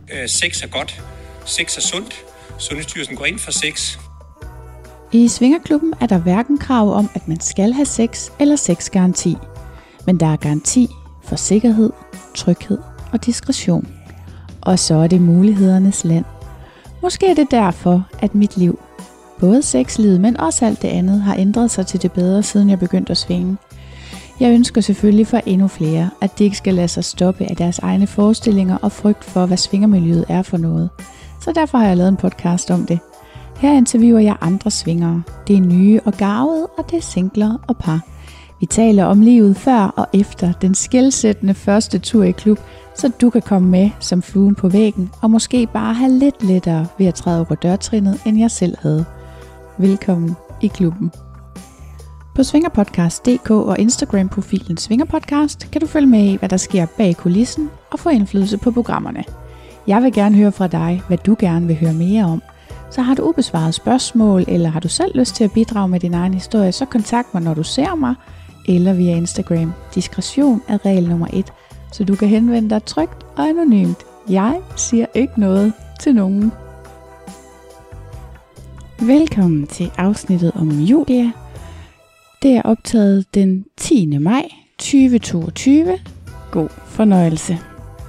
Sex er godt. Sex er sundt. Sundhedsstyrelsen går ind for sex. I Svingerklubben er der hverken krav om, at man skal have sex eller sexgaranti. Men der er garanti for sikkerhed, tryghed og diskretion. Og så er det mulighedernes land. Måske er det derfor, at mit liv, både sexlivet, men også alt det andet, har ændret sig til det bedre, siden jeg begyndte at svinge. Jeg ønsker selvfølgelig for endnu flere, at de ikke skal lade sig stoppe af deres egne forestillinger og frygt for, hvad svingermiljøet er for noget. Så derfor har jeg lavet en podcast om det. Her interviewer jeg andre svingere. Det er nye og garvede, og det er singler og par. Vi taler om livet før og efter den skelsættende første tur i klub, så du kan komme med som fluen på væggen, og måske bare have lidt lettere ved at træde over dørtrinnet, end jeg selv havde. Velkommen i klubben. På svingerpodcast.dk og Instagram-profilen Svingerpodcast kan du følge med i, hvad der sker bag kulissen og få indflydelse på programmerne. Jeg vil gerne høre fra dig, hvad du gerne vil høre mere om. Så har du ubesvaret spørgsmål, eller har du selv lyst til at bidrage med din egen historie, så kontakt mig, når du ser mig, eller via Instagram. Diskretion er regel nummer 1, så du kan henvende dig trygt og anonymt. Jeg siger ikke noget til nogen. Velkommen til afsnittet om Julia. Det er optaget den 10. maj 2022. God fornøjelse.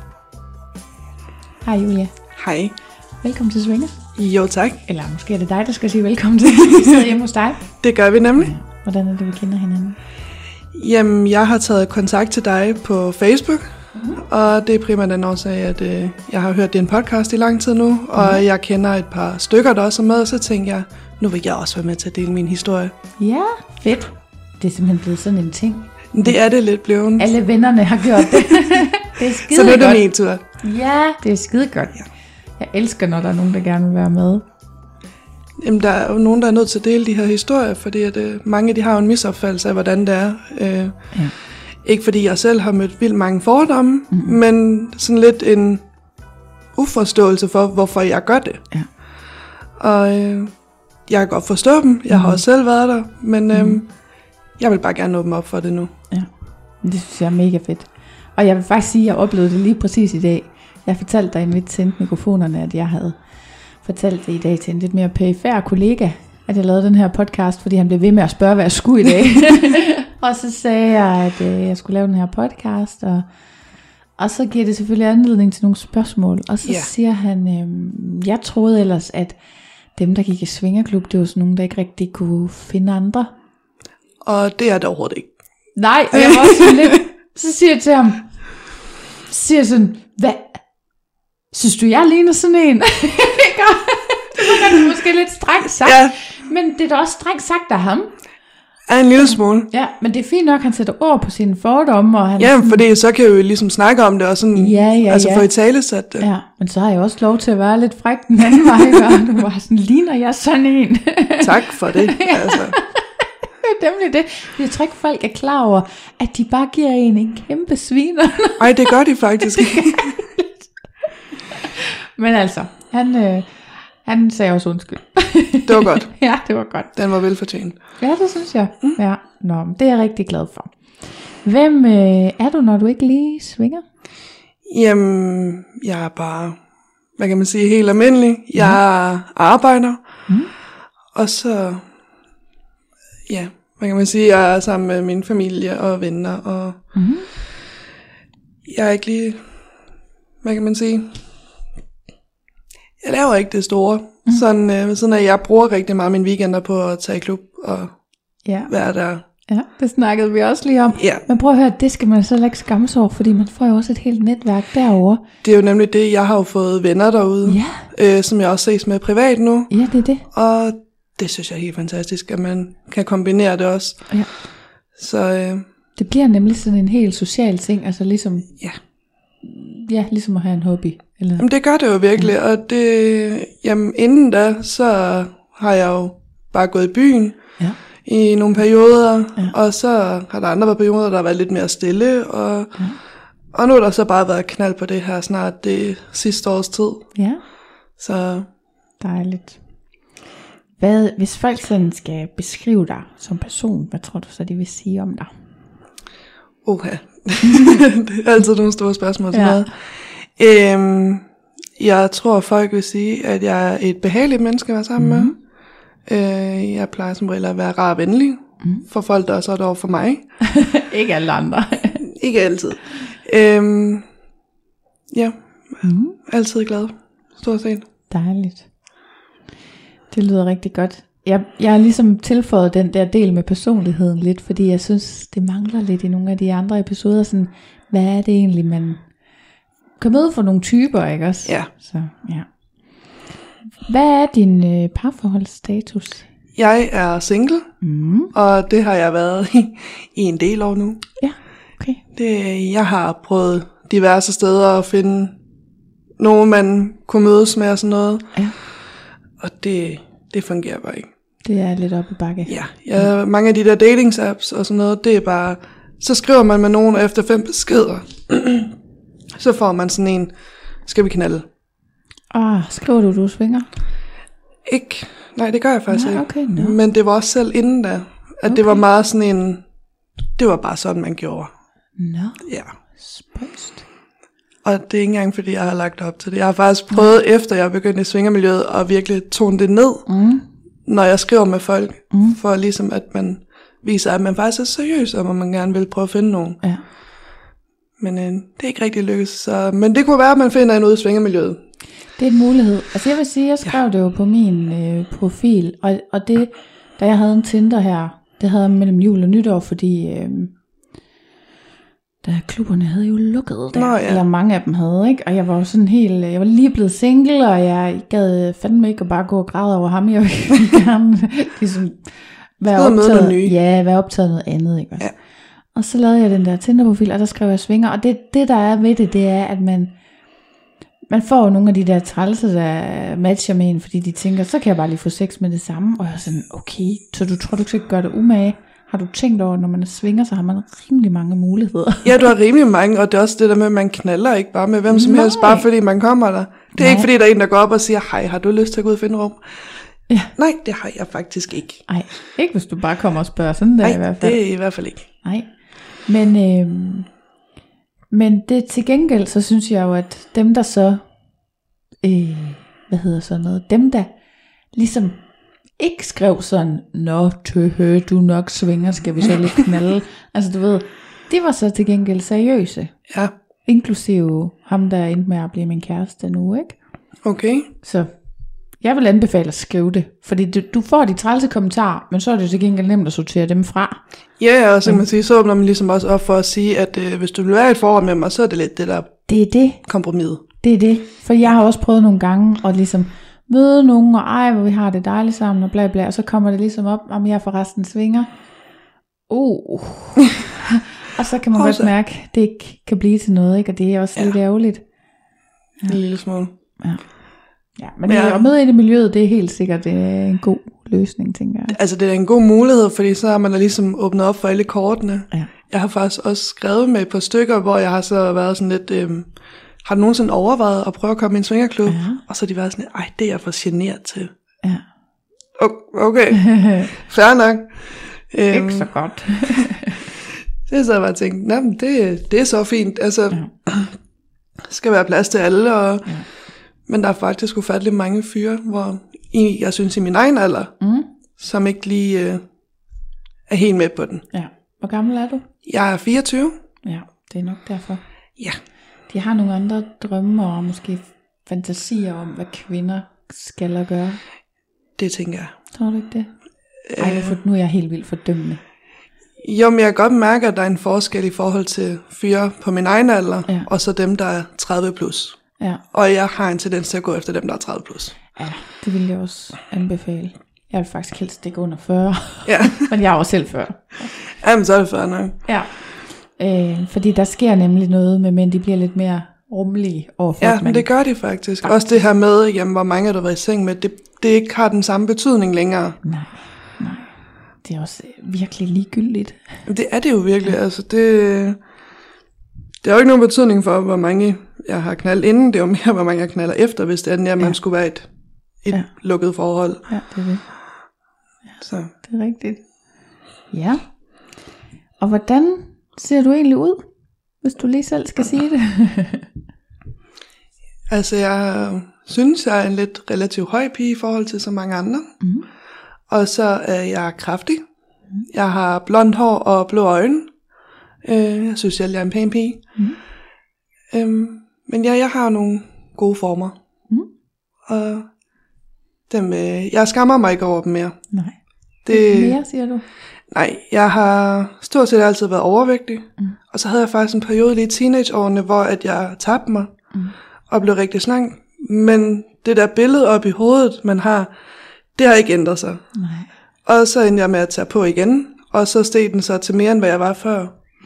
Hej Julia. Hej. Velkommen til Svinger. Jo, tak. Eller måske er det dig, der skal sige velkommen til. Vi sidder hjemme hos dig. Det gør vi nemlig. Ja. Hvordan er det, vi kender hinanden? Jamen, jeg har taget kontakt til dig på Facebook, og det er primært den årsag, at jeg har hørt din podcast i lang tid nu, og jeg kender et par stykker, der også er med, og så tænkte jeg, nu vil jeg også være med til at dele min historie. Ja, fedt. Det er simpelthen blevet sådan en ting. Det er det lidt blevet. Alle vennerne har gjort det. Det er skide så nu er det godt. min tur. Ja, det er skide godt. Ja. Jeg elsker, når der er nogen, der gerne vil være med. Jamen, der er jo nogen, der er nødt til at dele de her historier, fordi at, mange de har jo en misopfattelse af, hvordan det er. Ja. Ikke fordi jeg selv har mødt vildt mange fordomme, men sådan lidt en uforståelse for, hvorfor jeg gør det. Ja. Og jeg kan godt forstå dem. Jeg har også selv været der, men jeg vil bare gerne åbne op for det nu. Ja, det synes jeg er mega fedt. Og jeg vil faktisk sige, at jeg oplevede det lige præcis i dag. Jeg fortalte dig, inden vi tændte mikrofonerne, at jeg havde fortalt det i dag til en lidt mere perifær kollega, at jeg lavede den her podcast, fordi han blev ved med at spørge, hvad jeg skulle i dag. Og så sagde jeg, at jeg skulle lave den her podcast, og så giver det selvfølgelig anledning til nogle spørgsmål. Og så siger han, jeg troede ellers, at dem, der gik i svingerklub, det var sådan nogen, der ikke rigtig kunne finde andre. Og det er det overhovedet ikke. Nej, og jeg var også lidt, så siger jeg til ham, sådan, hvad? Synes du, jeg ligner sådan en? Det var måske lidt strengt sagt, men det er da også strengt sagt af ham. Ja, en lille smule. Ja, men det er fint nok, han sætter ord på sine fordomme. Og han ja, fordi så kan jeg jo ligesom snakke om det, og sådan, få i tale sat det. Ja, men så har jeg også lov til at være lidt fræk den anden vej, og du var sådan, ligner jeg sådan en? Tak for det, altså. Det er nemlig det. Jeg tror ikke, folk er klar over, at de bare giver en kæmpe sviner. Ej, det gør de faktisk. Men altså, han sagde også undskyld. Det var godt. Ja, det var godt. Den var velfortjent. Ja, det synes jeg. Ja, det er jeg rigtig glad for. Hvem er du, når du ikke lige svinger? Jamen, jeg er bare, hvad kan man sige, helt almindelig. Jeg arbejder, og så, ja, hvad kan man sige, jeg er sammen med min familie og venner, og jeg er ikke lige, hvad kan man sige, jeg laver ikke det store. Sådan at jeg bruger rigtig meget mine weekender på at tage i klub og være der. Ja, det snakkede vi også lige om. Ja. Men prøv at høre, det skal man så ikke skamme sig over, fordi man får jo også et helt netværk derovre. Det er jo nemlig det, jeg har jo fået venner derude, som jeg også ses med privat nu. Ja, det er det. Og det synes jeg er helt fantastisk, at man kan kombinere det også. Ja. Så det bliver nemlig sådan en helt social ting, altså ligesom... Ja, ligesom at have en hobby. Eller? Jamen det gør det jo virkelig, og det, jamen inden da, så har jeg jo bare gået i byen i nogle perioder, og så har der andre været perioder, der har været lidt mere stille, og nu har der så bare været knald på det her snart det sidste års tid. Ja. Så dejligt. Hvis folk sådan skal beskrive dig som person, hvad tror du så, de vil sige om dig? Det er altid nogle store spørgsmål til noget. Jeg tror, folk vil sige, at jeg er et behageligt menneske at være sammen med. Jeg plejer som regel at være rar og venlig for folk, der også er over for mig. Ikke alle andre. Ikke altid. Ja, altid glad. Stort set. Dejligt. Det lyder rigtig godt. Jeg har ligesom tilføjet den der del med personligheden lidt, fordi jeg synes, det mangler lidt i nogle af de andre episoder. Sådan, hvad er det egentlig, man kan møde for nogle typer, ikke også? Ja. Så, ja. Hvad er din parforholdsstatus? Jeg er single, og det har jeg været i en del år nu. Ja, okay. Jeg har prøvet diverse steder at finde nogen, man kunne mødes med og sådan noget. Ja. Og det fungerer bare ikke. Det er lidt op i bakke. Ja, mange af de der dating-apps og sådan noget, det er bare, så skriver man med nogen, og efter 5 beskeder, så får man sådan en, skal vi knalde? Skriver du svinger? Ikke. Nej, det gør jeg faktisk ikke. Okay, no. Men det var også selv inden da, at det var meget sådan en, det var bare sådan, man gjorde. Nå, Ja. spøjst. Og det er ikke engang, fordi jeg har lagt op til det. Jeg har faktisk prøvet, efter jeg begyndte i svingermiljøet, at virkelig tone det ned, når jeg skriver med folk, for ligesom at man viser, at man faktisk er seriøs, og man gerne vil prøve at finde nogen. Ja. Men det er ikke rigtig lykkes. Men det kunne være, at man finder en ude i svingermiljøet. Det er en mulighed. Altså jeg vil sige, jeg skrev det jo på min profil, og det, da jeg havde en Tinder her, det havde jeg mellem jul og nytår, fordi da klubberne havde jo lukket der, eller mange af dem havde, ikke? Og jeg var jo sådan helt, jeg var lige blevet single, og jeg gad fandme ikke at bare gå og græde over ham. Jeg ville gerne ligesom være optaget noget andet, ikke? Ja. Og så lavede jeg den der Tinder-profil, og der skrev jeg svinger, og det der er ved det er, at man får jo nogle af de der trælser, der matcher med en, fordi de tænker, så kan jeg bare lige få sex med det samme. Og jeg er sådan, okay, så du tror, du skal gøre det umage? Har du tænkt over, når man svinger, så har man rimelig mange muligheder? Ja, du har rimelig mange, og det er også det der med, at man knaller ikke bare med hvem som helst, bare fordi man kommer der. Det er ikke fordi, der er en, der går op og siger, hej, har du lyst til at gå ud og finde rum? Ja. Nej, det har jeg faktisk ikke. Nej, ikke hvis du bare kommer og spørger sådan der. Nej, i hvert fald. Det er i hvert fald ikke. Nej, men det til gengæld, så synes jeg jo, at dem der så, dem der ligesom ikke skrev sådan, nå tøhø, du nok svinger, skal vi så lidt knalde. Altså du ved, det var så til gengæld seriøse. Ja. Inklusive ham, der endte med at blive min kæreste nu, ikke? Okay. Så jeg vil anbefale at skrive det, fordi du får de trælse kommentarer, men så er det jo til gengæld nemt at sortere dem fra. Ja, og så kan man sige, så åbner man ligesom også op for at sige, at hvis du vil være i et forhold med mig, så er det lidt det der kompromis. Det er det, for jeg har også prøvet nogle gange at ligesom møde nogen, og ej, hvor vi har det dejligt sammen, og bla bla, og så kommer det ligesom op, om jeg forresten svinger. Og så kan man godt mærke, at det ikke kan blive til noget, ikke? Og det er også lidt ærgerligt. Ja. En lille smule. Ja, men at møde ind i miljøet, det er helt sikkert en god løsning, tænker jeg. Altså det er en god mulighed, fordi så har man da ligesom åbnet op for alle kortene. Ja. Jeg har faktisk også skrevet med et par stykker, hvor jeg har så været sådan lidt, har du nogensinde overvejet at prøve at komme i en svingerklub? Ja. Og så har de været sådan, ej, det er jeg for genert til. Ja. Okay, fair nok. Ikke så godt. Det så jeg bare tænkt, det er så fint. Altså, skal være plads til alle, og men der er faktisk ufattelig mange fyre, hvor jeg synes i min egen alder, som ikke lige er helt med på den. Ja. Hvor gammel er du? Jeg er 24. Ja, det er nok derfor. Ja. De har nogle andre drømme og måske fantasier om, hvad kvinder skal og gøre. Det tænker jeg. Tror du ikke det? Nu er jeg helt vildt fordømmende. Jo, men jeg kan godt mærke, at der er en forskel i forhold til fyre på min egen alder, og så dem, der er 30 plus. Ja. Og jeg har en tendens til at gå efter dem, der er 30 plus. Ja, det vil jeg også anbefale. Jeg vil faktisk helst ikke under 40. Ja. Men jeg er også selv 40. Jamen, så er det 40 nok. Ja. Fordi der sker nemlig noget med mænd, de bliver lidt mere rummelige overfor. Ja, men det gør de faktisk. Også det her med, jamen, hvor mange der var i seng med, det ikke har den samme betydning længere. Nej. Det er også virkelig ligegyldigt. Det er det jo virkelig. Ja. Altså, det har jo ikke nogen betydning for, hvor mange jeg har knaldet inden. Det er jo mere, hvor mange jeg knaller efter, hvis det er, at man skulle være et lukket forhold. Ja, det er det. Ja, så. Det er rigtigt. Ja. Og hvordan ser du egentlig ud, hvis du lige selv skal sige det? Altså, jeg synes, jeg er en lidt relativt høj pige i forhold til så mange andre. Mm. Og så er jeg kraftig. Jeg har blondt hår og blå øjne. Jeg synes selv, jeg er en pæn pige. Men ja, jeg har nogle gode former. Og dem, jeg skammer mig ikke over dem mere. Nej. Det mere, siger du? Nej, jeg har stort set altid været overvægtig. Og så havde jeg faktisk en periode lige i teenageårene, hvor at jeg tabte mig og blev rigtig slank. Men det der billede op i hovedet, man har, det har ikke ændret sig. Nej. Og så endte jeg med at tage på igen, og så steg den så til mere, end hvad jeg var før.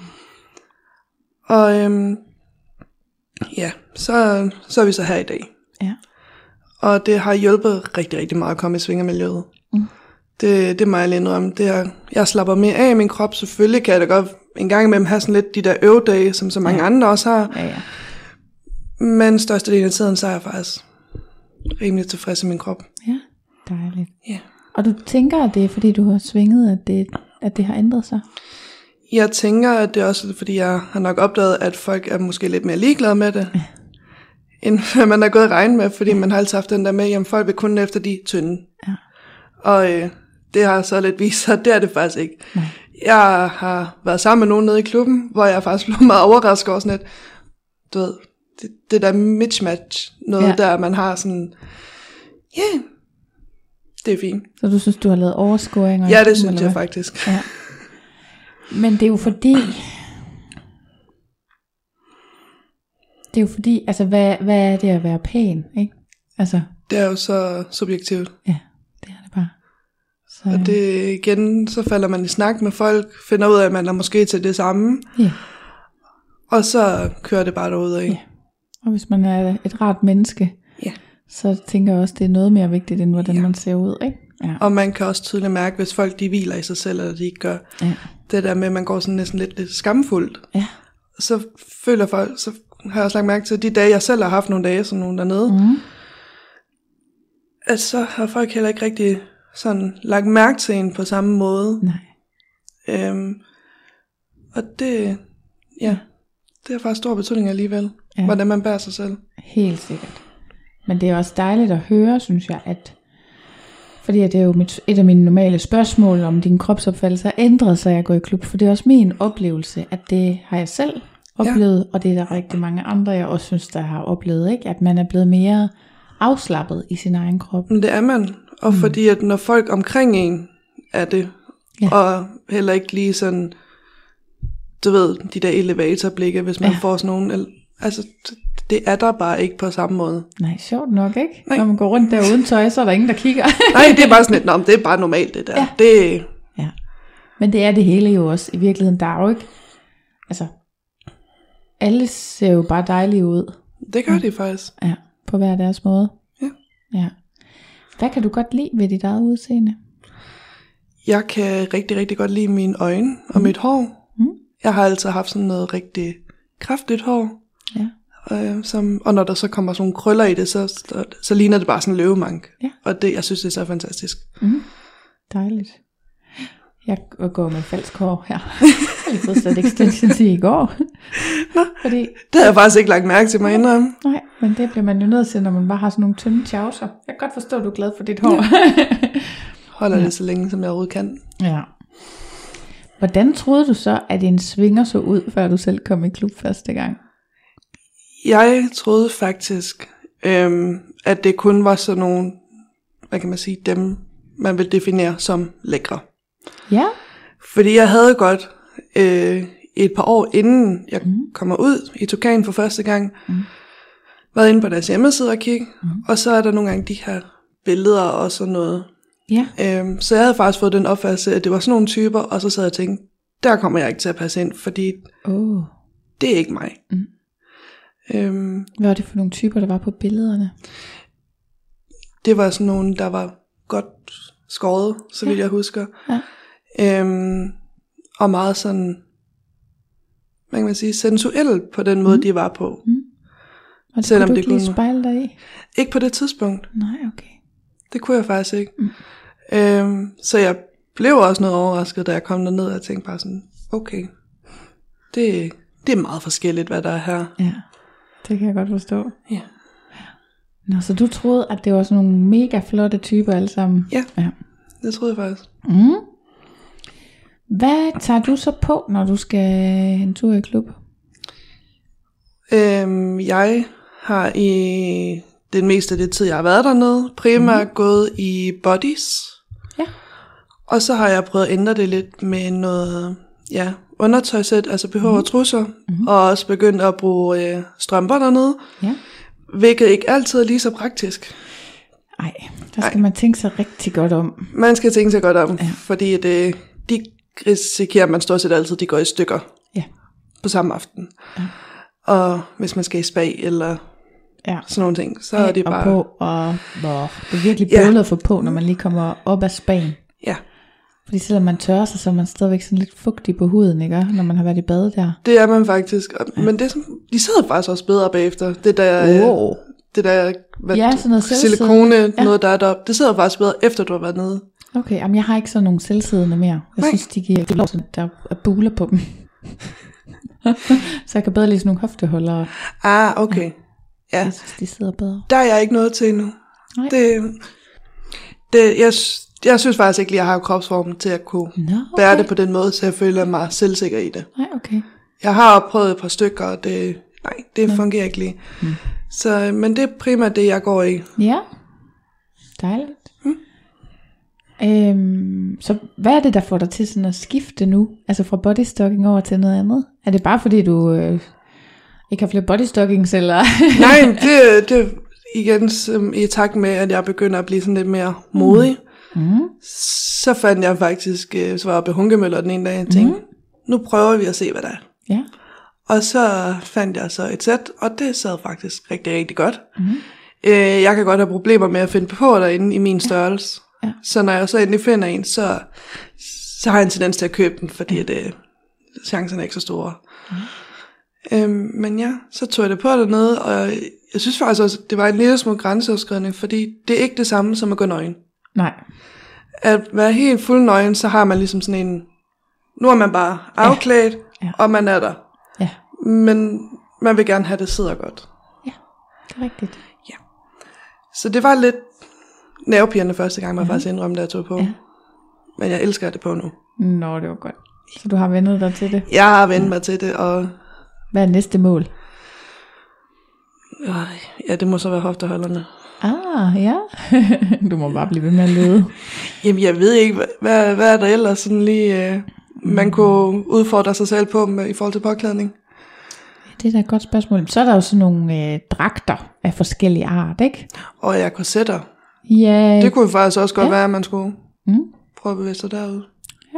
Og ja, så er vi så her i dag. Ja. Og det har hjulpet rigtig, rigtig meget at komme i svingermiljøet. Det må jeg lige indrømme. Jeg slapper mere af i min krop. Selvfølgelig kan jeg da godt en gang imellem have sådan lidt de der øvedage, som så mange andre også har. Ja. Men størstedelen af tiden, så er jeg faktisk rimelig tilfreds i min krop. Ja, dejligt. Ja. Og du tænker, at det er fordi du har svinget, at det har ændret sig? Jeg tænker, at det er også fordi jeg har nok opdaget, at folk er måske lidt mere ligeglade med det, end hvad man har gået i regn med, fordi man har altid haft den der med, at folk vil kun efter de tynde. Ja. Og det har så lidt vist sig, det er det faktisk ikke. Nej. Jeg har været sammen med nogen nede i klubben, hvor jeg faktisk blev meget overrasket over sådan et, du ved, det der mismatch, noget der man har sådan, det er fint. Så du synes, du har lavet overskåringer? Ja, det synes jeg faktisk. Ja. Men det er jo fordi, altså hvad er det at være pæn, ikke? Altså. Det er jo så subjektivt. Ja, det er det bare. Så, og det igen, så falder man i snak med folk, finder ud af, at man er måske til det samme. Ja. Og så kører det bare derudad. Ja. Og hvis man er et rart menneske, så tænker jeg også, det er noget mere vigtigt, end hvordan man ser ud, ikke? Ja. Og man kan også tydeligt mærke, hvis folk de hviler i sig selv, eller de ikke gør. Ja. Det der med, at man går sådan næsten lidt skamfuldt. Ja. Så føler folk, så har jeg også lagt mærke til, de dage, jeg selv har haft nogle dage, som nogen dernede, at så har folk heller ikke rigtig sådan lagt mærke til en på samme måde. Nej. Og det har faktisk stor betydning alligevel, hvordan man bærer sig selv. Helt sikkert. Men det er også dejligt at høre, synes jeg, at fordi det er jo et af mine normale spørgsmål, om din kropsopfattelse har ændret sig, at gå i klub. For det er også min oplevelse, at det har jeg selv oplevet, og det er der rigtig mange andre, jeg også synes, der har oplevet, ikke? At man er blevet mere afslappet i sin egen krop. Men det er man, og fordi at når folk omkring en er det, og heller ikke lige sådan, du ved, de der elevatorblikke, hvis man får sådan nogen, altså det er der bare ikke på samme måde. Nej, sjovt nok, ikke? Nej. Når man går rundt der uden tøj, så er der ingen, der kigger. Nej, det er bare sådan lidt, det er bare normalt det der. Ja. Ja. Men det er det hele jo også. I virkeligheden, der er jo ikke, altså, alle ser jo bare dejlige ud. Det gør de faktisk. Ja, på hver deres måde. Ja. Hvad kan du godt lide ved dit eget udseende? Jeg kan rigtig, rigtig godt lide mine øjne og mit hår. Jeg har altid haft sådan noget rigtig kraftigt hår. Ja. Og når der så kommer sådan nogle krøller i det, så ligner det bare sådan en løvemank. Ja. Og det, jeg synes, det er så fantastisk. Dejligt. Jeg går med falsk hår her. Jeg har fået sat extensions i går. Nå, fordi det havde jeg faktisk ikke lagt mærke til mig indrømme. Nej, men det bliver man jo nødt til, når man bare har sådan nogle tynde tjavser. Jeg kan godt forstå, at du er glad for dit hår. Holder det så længe, som jeg overhovedet kan. Ja. Hvordan troede du så, at en svinger så ud, før du selv kom i klub første gang? Jeg troede faktisk, at det kun var sådan nogle, hvad kan man sige, dem man vil definere som lækre. Ja. Fordi jeg havde godt et par år inden jeg kommer ud i Tukan for første gang, været inde på deres hjemmeside og kigge, og så er der nogle gange de her billeder og sådan noget. Ja. Så jeg havde faktisk fået den opfattelse, at det var sådan nogle typer, og så sad jeg og tænkte, der kommer jeg ikke til at passe ind, fordi det er ikke mig. Hvad var det for nogle typer, der var på billederne? Det var sådan nogle, der var godt skåret, så vidt jeg husker. Ja. Og meget sådan, hvad kan man sige, sensuelt på den måde, de var på. Og det selvom kunne du ikke lige spejle dig i? Ikke på det tidspunkt. Nej, okay. Det kunne jeg faktisk ikke. Så jeg blev også noget overrasket, da jeg kom derned, og jeg tænkte bare sådan, okay, det er meget forskelligt, hvad der er her. Ja, det kan jeg godt forstå. Ja. Nå, så du troede, at det var sådan nogle mega flotte typer alle sammen? Ja. Det troede jeg faktisk. Hvad tager du så på, når du skal en tur i klub? Jeg har i den meste af det tid, jeg har været dernede, primært gået i bodies. Ja. Og så har jeg prøvet at ændre det lidt med noget undertøjsæt, altså BH og trusser. Og også begyndt at bruge strømper dernede. Ja. Hvilket ikke altid er lige så praktisk. Nej, der skal man tænke sig rigtig godt om. Man skal tænke sig godt om, fordi de risikerer, at man stort set altid de går i stykker på samme aften. Ja. Og hvis man skal i spa eller sådan nogle ting, så er det bare... På, og det er virkelig bøvlet at få på, når man lige kommer op af spaen. Ja. Fordi selvom man tørrer sig, så er man stadigvæk sådan lidt fugtig på huden, ikke? Når man har været i bad der. Det er man faktisk. Men det, de sidder faktisk også bedre bagefter. Det der, sådan noget silikone, noget der er deroppe. Det sidder faktisk bedre, efter du har været nede. Okay, jamen jeg har ikke sådan nogle selvsiddende mere. Jeg synes, de giver lov til, der er buler på dem. Så jeg kan bedre lide sådan nogle hofteholdere. Okay. Ja. Jeg synes, de sidder bedre. Der er jeg ikke noget til endnu. Jeg synes faktisk ikke lige, at jeg har kropsformen til at kunne bære det på den måde, så jeg føler mig selvsikker i det. Nej, okay. Jeg har prøvet et par stykker, og det fungerer ikke lige. Så, men det er primært det, jeg går i. Ja, dejligt. Så hvad er det, der får dig til sådan at skifte nu? Altså fra bodystocking over til noget andet? Er det bare fordi, du ikke har flere bodystockings, eller? Nej, det igen i takt med, at jeg begynder at blive sådan lidt mere modig. Så fandt jeg faktisk, så var jeg oppe i Hunkemøller den ene dag, og tænkte, nu prøver vi at se, hvad der er. Ja. Og så fandt jeg så et sæt, og det sad faktisk rigtig, rigtig godt. Jeg kan godt have problemer med at finde på derinde i min størrelse. Ja. Så når jeg så endelig finder en, så har jeg en tendens til at købe den, fordi chancen er ikke så store. Men ja, så tog jeg det på dernede, og jeg synes faktisk også, at det var en lille smule grænseoverskridende, fordi det er ikke det samme som at gå nøgen. Nej. At være helt fuld nøgen, så har man ligesom sådan en, nu er man bare afklædt, og man er der. Ja. Men man vil gerne have, det sidder godt. Ja, det er rigtigt. Ja. Så det var lidt nervepirrende første gang, man faktisk indrømte, at jeg tog på. Ja. Men jeg elsker det på nu. Nå, det var godt. Så du har vendet dig til det? Jeg har vendt mig til det, og... Hvad er næste mål? Ja, det må så være hofteholderne. Ja. Du må bare blive ved med at lede. Jamen, jeg ved ikke, hvad er der ellers sådan lige, man kunne udfordre sig selv på i forhold til påklædning? Det er da et godt spørgsmål. Så er der jo sådan nogle dragter af forskellige art, ikke? Og korsetter. Ja. Det kunne faktisk også godt være, at man skulle prøve at bevæge sig derude. Ja.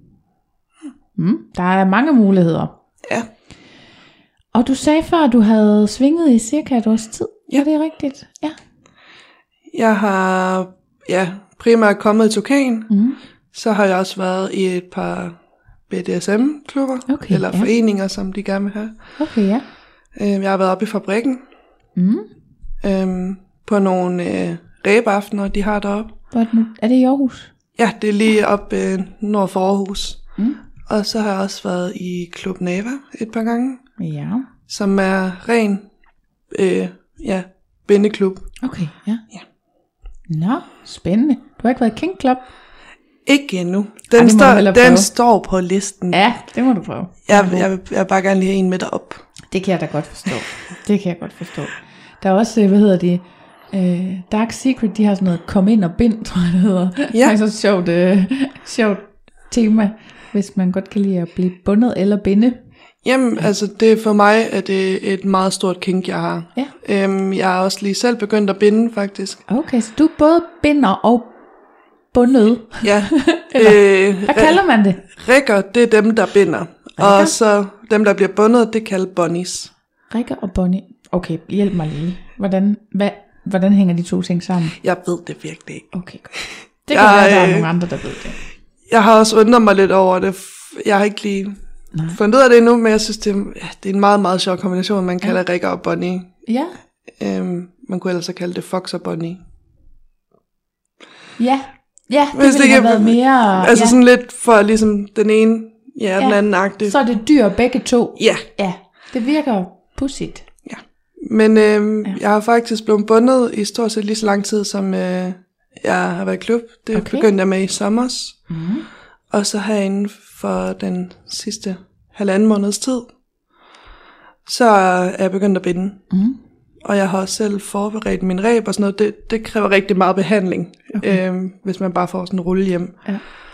Der er mange muligheder. Ja. Og du sagde før, at du havde svinget i cirka et års tid. Ja. Er det rigtigt? Ja. Jeg har primært kommet i Tukan. Så har jeg også været i et par BDSM-klubber, eller foreninger, som de gerne vil have. Okay, ja. Jeg har været oppe i Fabrikken. På nogle ræbeaftener, de har deroppe. Er det i Aarhus? Ja, det er lige oppe nord for Aarhus. Og så har jeg også været i Klub Nava et par gange. Ja. Som er ren bindeklub. Okay, ja. Nå, spændende. Du har ikke været i King Club? Ikke endnu. Den står på listen. Ja, det må du prøve. Jeg vil bare gerne lige have en med derop. Det kan jeg da godt forstå. Der er også, Dark Secret, de har sådan noget kom ind og bind, tror jeg det hedder. Ja. Det er så sjovt tema, hvis man godt kan lide at blive bundet eller binde. Jamen, altså det for mig er det et meget stort kink, jeg har. Ja. Jeg har også lige selv begyndt at binde, faktisk. Okay, så du både binder og bundet? Ja. Hvad kalder man det? Rikker, det er dem, der binder. Rikker? Og så dem, der bliver bundet, det kalder bunnies. Rikker og bunny. Okay, hjælp mig lige. Hvordan hænger de to ting sammen? Jeg ved det virkelig ikke. Okay, godt. Det kan være, der er nogle andre, der ved det. Jeg har også undret mig lidt over det. Jeg har ikke lige fundet ud af det endnu, men jeg synes, det er en meget, meget sjov kombination. Man kalder Rikker og Bonnie. Ja. Man kunne ellers så kalde det Fox og Bonnie. Ja, det ville have været mere... Altså sådan lidt for ligesom den ene, den anden agtig. Så er det dyr begge to. Ja. Ja, det virker pudsigt. Ja, Men jeg har faktisk blevet bundet i stort set lige så lang tid, som jeg har været i klub. Det begyndte jeg med i sommer. Og så her inden for den sidste 1,5 måneds tid, så er jeg begyndt at binde. Og jeg har også selv forberedt min reb og sådan noget. Det kræver rigtig meget behandling, hvis man bare får sådan en rulle hjem. Ja.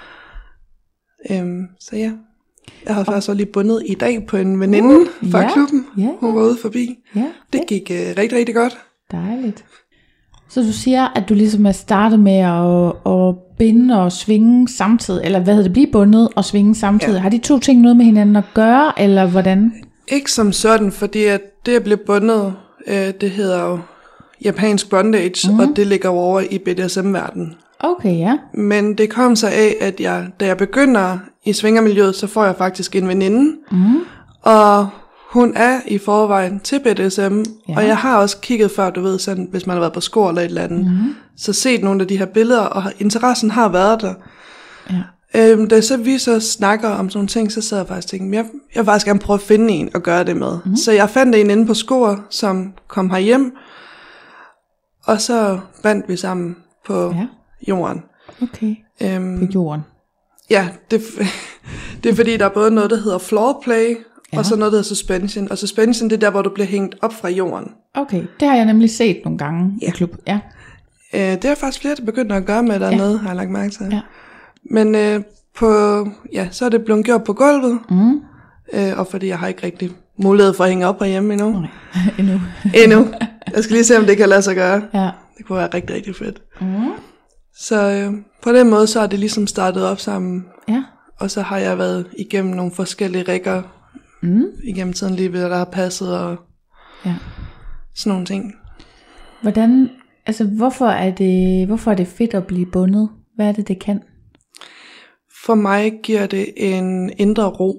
Så ja, jeg har faktisk også lige bundet i dag på en veninde fra klubben. Hun var ude forbi. Det gik rigtig, rigtig godt. Dejligt. Så du siger, at du ligesom er startet med at binde og svinge samtidig, eller hvad hedder det, blive bundet og svinge samtidig. Har de 2 ting noget med hinanden at gøre, eller hvordan? Ikke som sådan, fordi at det at blive bundet, det hedder jo japansk bondage, og det ligger over i BDSM-verdenen. Okay, ja. Men det kom så af, at da jeg begynder i svingermiljøet, så får jeg faktisk en veninde, og hun er i forvejen til BDSM, og jeg har også kigget før, du ved, sådan, hvis man har været på skor eller et eller andet, så set nogle af de her billeder, og interessen har været der. Da så vi så snakker om sådan nogle ting, så sidder jeg faktisk og tænker, jeg vil faktisk gerne prøve at finde en og gøre det med. Så jeg fandt en inde på skor, som kom herhjem, og så bandt vi sammen på jorden. Okay, på jorden. Ja, det er fordi, der er både noget, der hedder floor play, og så noget, der hedder suspension. Og suspension, det er der, hvor du bliver hængt op fra jorden. Okay, det har jeg nemlig set nogle gange i klub. Ja. Det er faktisk flere, der begynder at gøre med dernede, har jeg lagt mærke til. Ja. Men så er det blevet gjort på gulvet, og fordi jeg har ikke rigtig mulighed for at hænge op herhjemme endnu. Nej, endnu. Jeg skal lige se, om det kan lade sig gøre. Ja. Det kunne være rigtig, rigtig fedt. Så på den måde, så er det ligesom startet op sammen. Ja. Og så har jeg været igennem nogle forskellige rækker igennem tiden, lige ved der har passet og sådan nogle ting. Hvordan, altså hvorfor er det fedt at blive bundet? Hvad er det kan? For mig giver det en indre ro.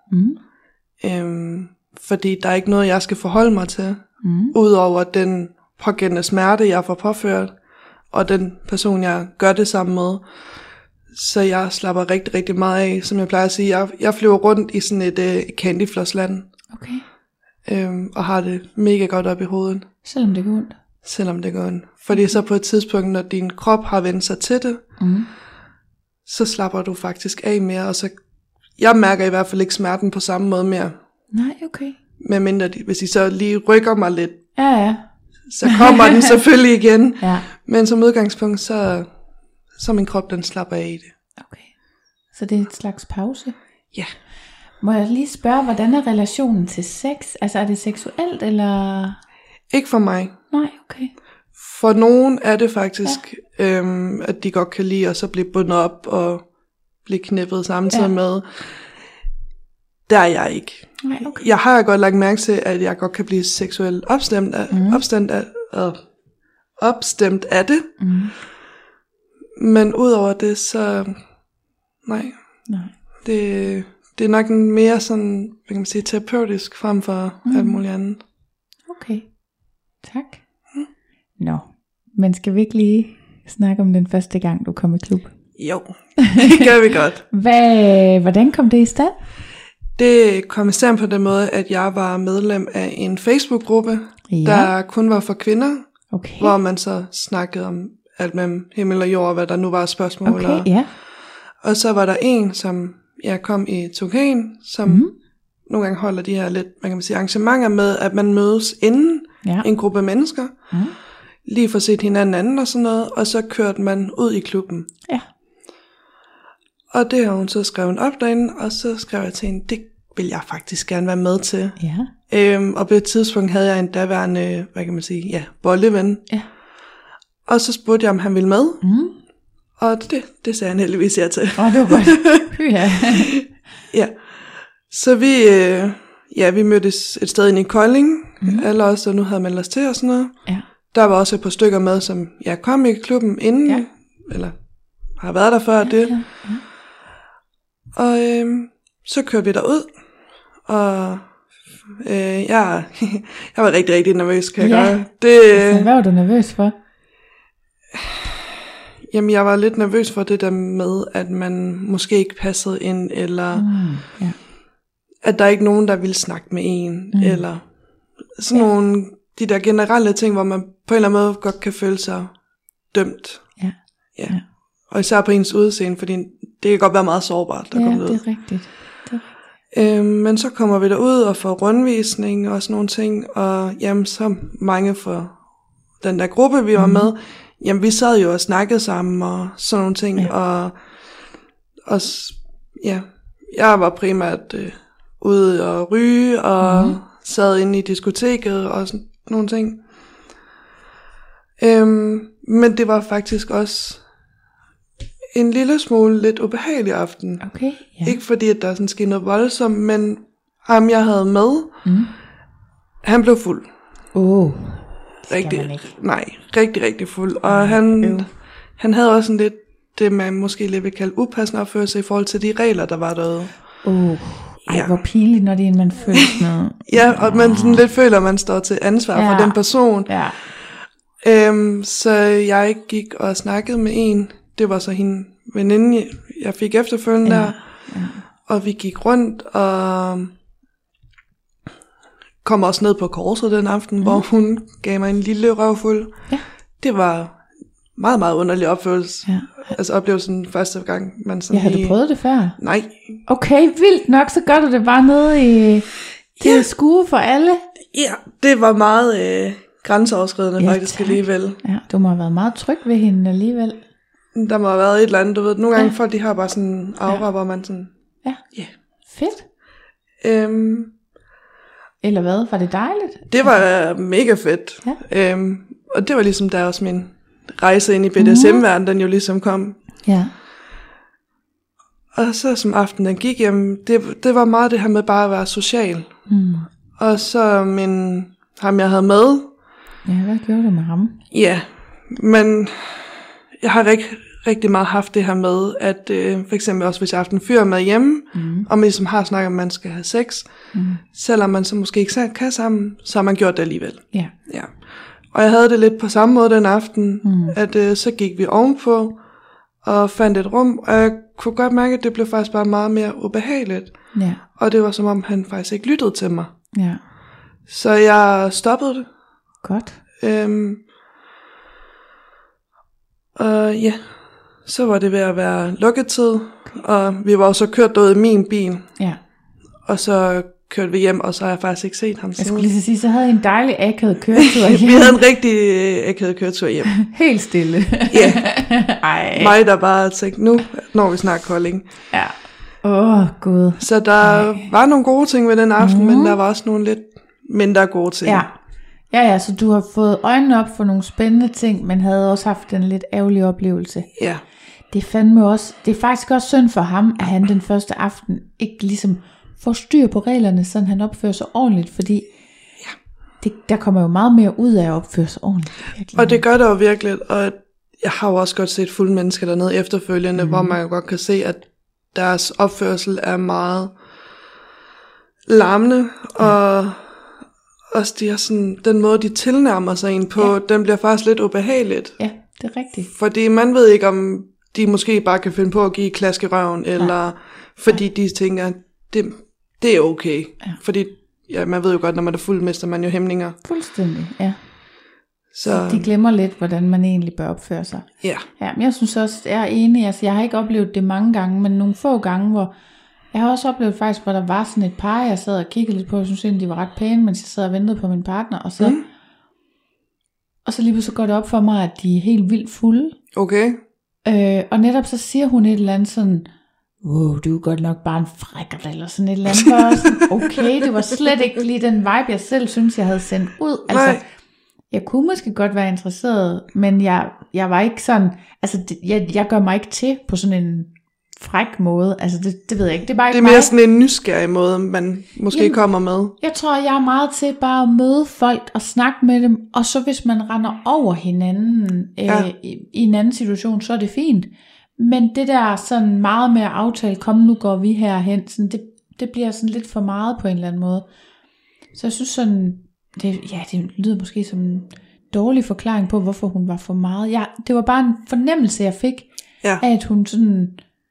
Fordi der er ikke noget, jeg skal forholde mig til, udover den pågældende smerte, jeg får påført, og den person, jeg gør det sammen med. Så jeg slapper rigtig, rigtig meget af, som jeg plejer at sige. Jeg flyver rundt i sådan et candyflossland. Okay. Og har det mega godt op i hovedet. Selvom det går ondt? Selvom det går ondt. Fordi så på et tidspunkt, når din krop har vendt sig til det, så slapper du faktisk af mere. Og så, jeg mærker i hvert fald ikke smerten på samme måde mere. Nej, okay. Medmindre, hvis I så lige rykker mig lidt, så kommer den selvfølgelig igen. Men som udgangspunkt, så min krop, den slapper af i det. Okay. Så det er et slags pause? Ja. Må jeg lige spørge, hvordan er relationen til sex? Altså er det seksuelt, eller? Ikke for mig. Nej, okay. For nogen er det faktisk, at de godt kan lide at så blive bundet op og blive knippet samtidig med. Der er jeg ikke. Nej, okay. Jeg har godt lagt mærke til, at jeg godt kan blive seksuelt opstemt af det. Men udover det, så nej. Det er nok mere sådan, hvad kan man sige, terapeutisk frem for alt muligt andet. Okay, tak. Nå, men skal vi ikke lige snakke om den første gang, du kom i klub? Jo, det gør vi godt. Hvordan kom det i stand? Det kom i stand på den måde, at jeg var medlem af en Facebook-gruppe, der kun var for kvinder, hvor man så snakkede om alt mellem himmel og jord, hvad der nu var spørgsmål. Og så var der en, som jeg kom i Tukan, som nogle gange holder de her lidt, man kan sige, arrangementer med, at man mødes inden en gruppe mennesker, lige for at se hinanden anden og sådan noget, og så kørte man ud i klubben. Ja. Og det har hun så skrevet op derinde, og så skrev jeg til hende, det vil jeg faktisk gerne være med til. Ja. Og på et tidspunkt havde jeg en daværende, hvad kan man sige, bolleven. Ja. Og så spurgte jeg, om han ville med. Og det sagde han heldigvis ja til. Det var godt. Ja. Så vi mødtes et sted inde i Kolding, alle os, der nu havde meldt os til og sådan noget. Ja. Der var også et par stykker med, som jeg kom i klubben inden, eller har været der før det. Ja. Og så kørte vi derud, og jeg var rigtig, rigtig nervøs, kan jeg gøre. Hvad var du nervøs for? Jamen, jeg var lidt nervøs for det der med, at man måske ikke passede ind, eller at der ikke nogen, der ville snakke med en, eller sådan nogle de der generelle ting, hvor man på en eller anden måde godt kan føle sig dømt. Ja. Og især på ens udseende, fordi det kan godt være meget sårbart. Ja, det er rigtigt. Men så kommer vi derud og får rundvisning og sådan nogle ting, og jamen, så mange for den der gruppe, vi var med, jamen vi sad jo og snakkede sammen og sådan nogle ting, og jeg var primært ude og ryge, og sad inde i diskoteket og sådan nogle ting. Men det var faktisk også en lille smule lidt ubehagelig aften. Okay, ja. Ikke fordi, at der sådan skete noget voldsomt, men ham, jeg havde med, han blev fuld. Rigtig, rigtig fuld. Og han havde også sådan lidt, det man måske lidt vil kalde upassende opførsel i forhold til de regler, der var derude. Hvor pinligt, når det er, man føler noget. Ja, og man sådan lidt føler, at man står til ansvar for den person. Ja. Så jeg gik og snakkede med en, det var så hende veninde, jeg fik efterfølgende der, og vi gik rundt, og kom også ned på korset den aften, hvor hun gav mig en lille røvfuld. Ja. Det var meget, meget underlig opfølelse. Ja. Altså oplevelsen første gang, man sådan havde du prøvet det før? Nej. Okay, vildt nok, så gør du det bare nede i det skue for alle. Ja, det var meget grænseoverskridende faktisk alligevel. Ja, du må have været meget tryg ved hende alligevel. Der må have været et eller andet, du ved. Nogle gange folk, de har bare sådan en aura, hvor man sådan... Ja. Fedt. Eller hvad? Var det dejligt? Det var mega fedt. Ja. Og det var ligesom der også min rejse ind i BDSM-verdenen, den jo ligesom kom. Ja. Og så som aftenen gik, jamen, det var meget det her med bare at være social. Og så ham jeg havde med. Ja, hvad gjorde du med ham? Ja, men jeg har rigtig meget haft det her med, at for eksempel også hvis jeg har haft en fyr med hjemme, og man ligesom har snakket om, at man skal have sex, selvom man så måske ikke kan sammen, så har man gjort det alligevel. Ja. Og jeg havde det lidt på samme måde den aften, at så gik vi ovenpå, og fandt et rum, og jeg kunne godt mærke, at det blev faktisk bare meget mere ubehageligt. Ja. Og det var som om, han faktisk ikke lyttede til mig. Ja. Så jeg stoppede det. Godt. Og ja, så var det ved at være lukketid, og vi var også kørt derud i min bil. Ja. Og så kørte vi hjem, og så har jeg faktisk ikke set ham siden. Jeg skulle lige sige, så havde I en dejlig akavet køretur hjem. Vi havde en rigtig akavet køretur hjem. Helt stille. Ja. Mig der bare tænkte, nu når vi snakker Kolding. Ja. Gud. Så der var nogle gode ting ved den aften, men der var også nogle lidt mindre gode ting. Ja, så du har fået øjnene op for nogle spændende ting, men havde også haft en lidt ærgerlig oplevelse. Ja. Det er faktisk også synd for ham, at han den første aften ikke ligesom får styr på reglerne, så han opfører sig ordentligt, fordi der kommer jo meget mere ud af at opføre sig ordentligt. Virkelig. Og det gør det jo virkelig, og jeg har jo også godt set fulde mennesker dernede efterfølgende, hvor man jo godt kan se, at deres opførsel er meget larmende, og også de er sådan, den måde, de tilnærmer sig en på, den bliver faktisk lidt ubehageligt. Ja, det er rigtigt. Fordi man ved ikke, om de måske bare kan finde på at give et klask i røven, eller fordi de tænker, det er okay. Ja. Fordi man ved jo godt, når man er fuld, mister man jo hæmninger. Fuldstændig, ja. Så de glemmer lidt, hvordan man egentlig bør opføre sig. Ja. Ja, men jeg synes også, jeg er enig. Altså, jeg har ikke oplevet det mange gange, men nogle få gange, hvor jeg har også oplevet faktisk, hvor der var sådan et par, jeg sad og kiggede lidt på, jeg synes egentlig, de var ret pæne, mens jeg sad og ventede på min partner, og så lige pludselig går det op for mig, at de er helt vildt fulde. Okay. Og netop så siger hun et eller andet sådan, du er godt nok bare en frækker, eller sådan et eller andet. Sådan, okay, det var slet ikke lige den vibe, jeg selv synes, jeg havde sendt ud. Altså, jeg kunne måske godt være interesseret, men jeg var ikke sådan, altså jeg gør mig ikke til på sådan en fræk måde, altså det ved jeg ikke. Det er bare ikke det er mere sådan en nysgerrig måde, man måske kommer med. Jeg tror, jeg er meget til bare at møde folk og snakke med dem, og så hvis man render over hinanden i en anden situation, så er det fint. Men det der sådan meget med at aftale, kom nu går vi herhen, sådan, det bliver sådan lidt for meget på en eller anden måde. Så jeg synes sådan, det lyder måske som en dårlig forklaring på, hvorfor hun var for meget. Det var bare en fornemmelse, jeg fik, af at hun sådan...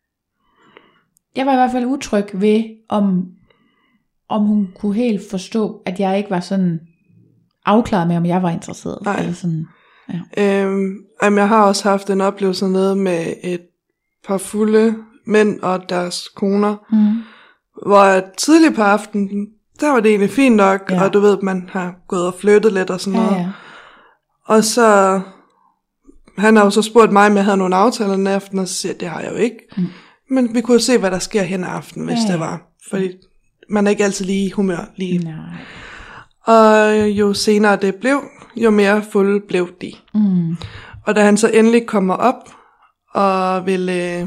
Jeg var i hvert fald utryg ved, om hun kunne helt forstå, at jeg ikke var sådan afklaret med, om jeg var interesseret. Nej. Eller sådan, Jeg har også haft en oplevelse med et par fulde mænd og deres koner, hvor tidligt på aftenen, der var det egentlig fint nok, og du ved, man har gået og flyttet lidt og sådan noget. Ja. Og så, han har jo så spurgt mig, om jeg havde nogle aftaler den aften, og så siger jeg, det har jeg jo ikke. Men vi kunne jo se, hvad der sker hen ad aftenen, hvis det var. Fordi man er ikke altid lige i humør lige. Nej. Og jo senere det blev, jo mere fulde blev de. Og da han så endelig kommer op, og vil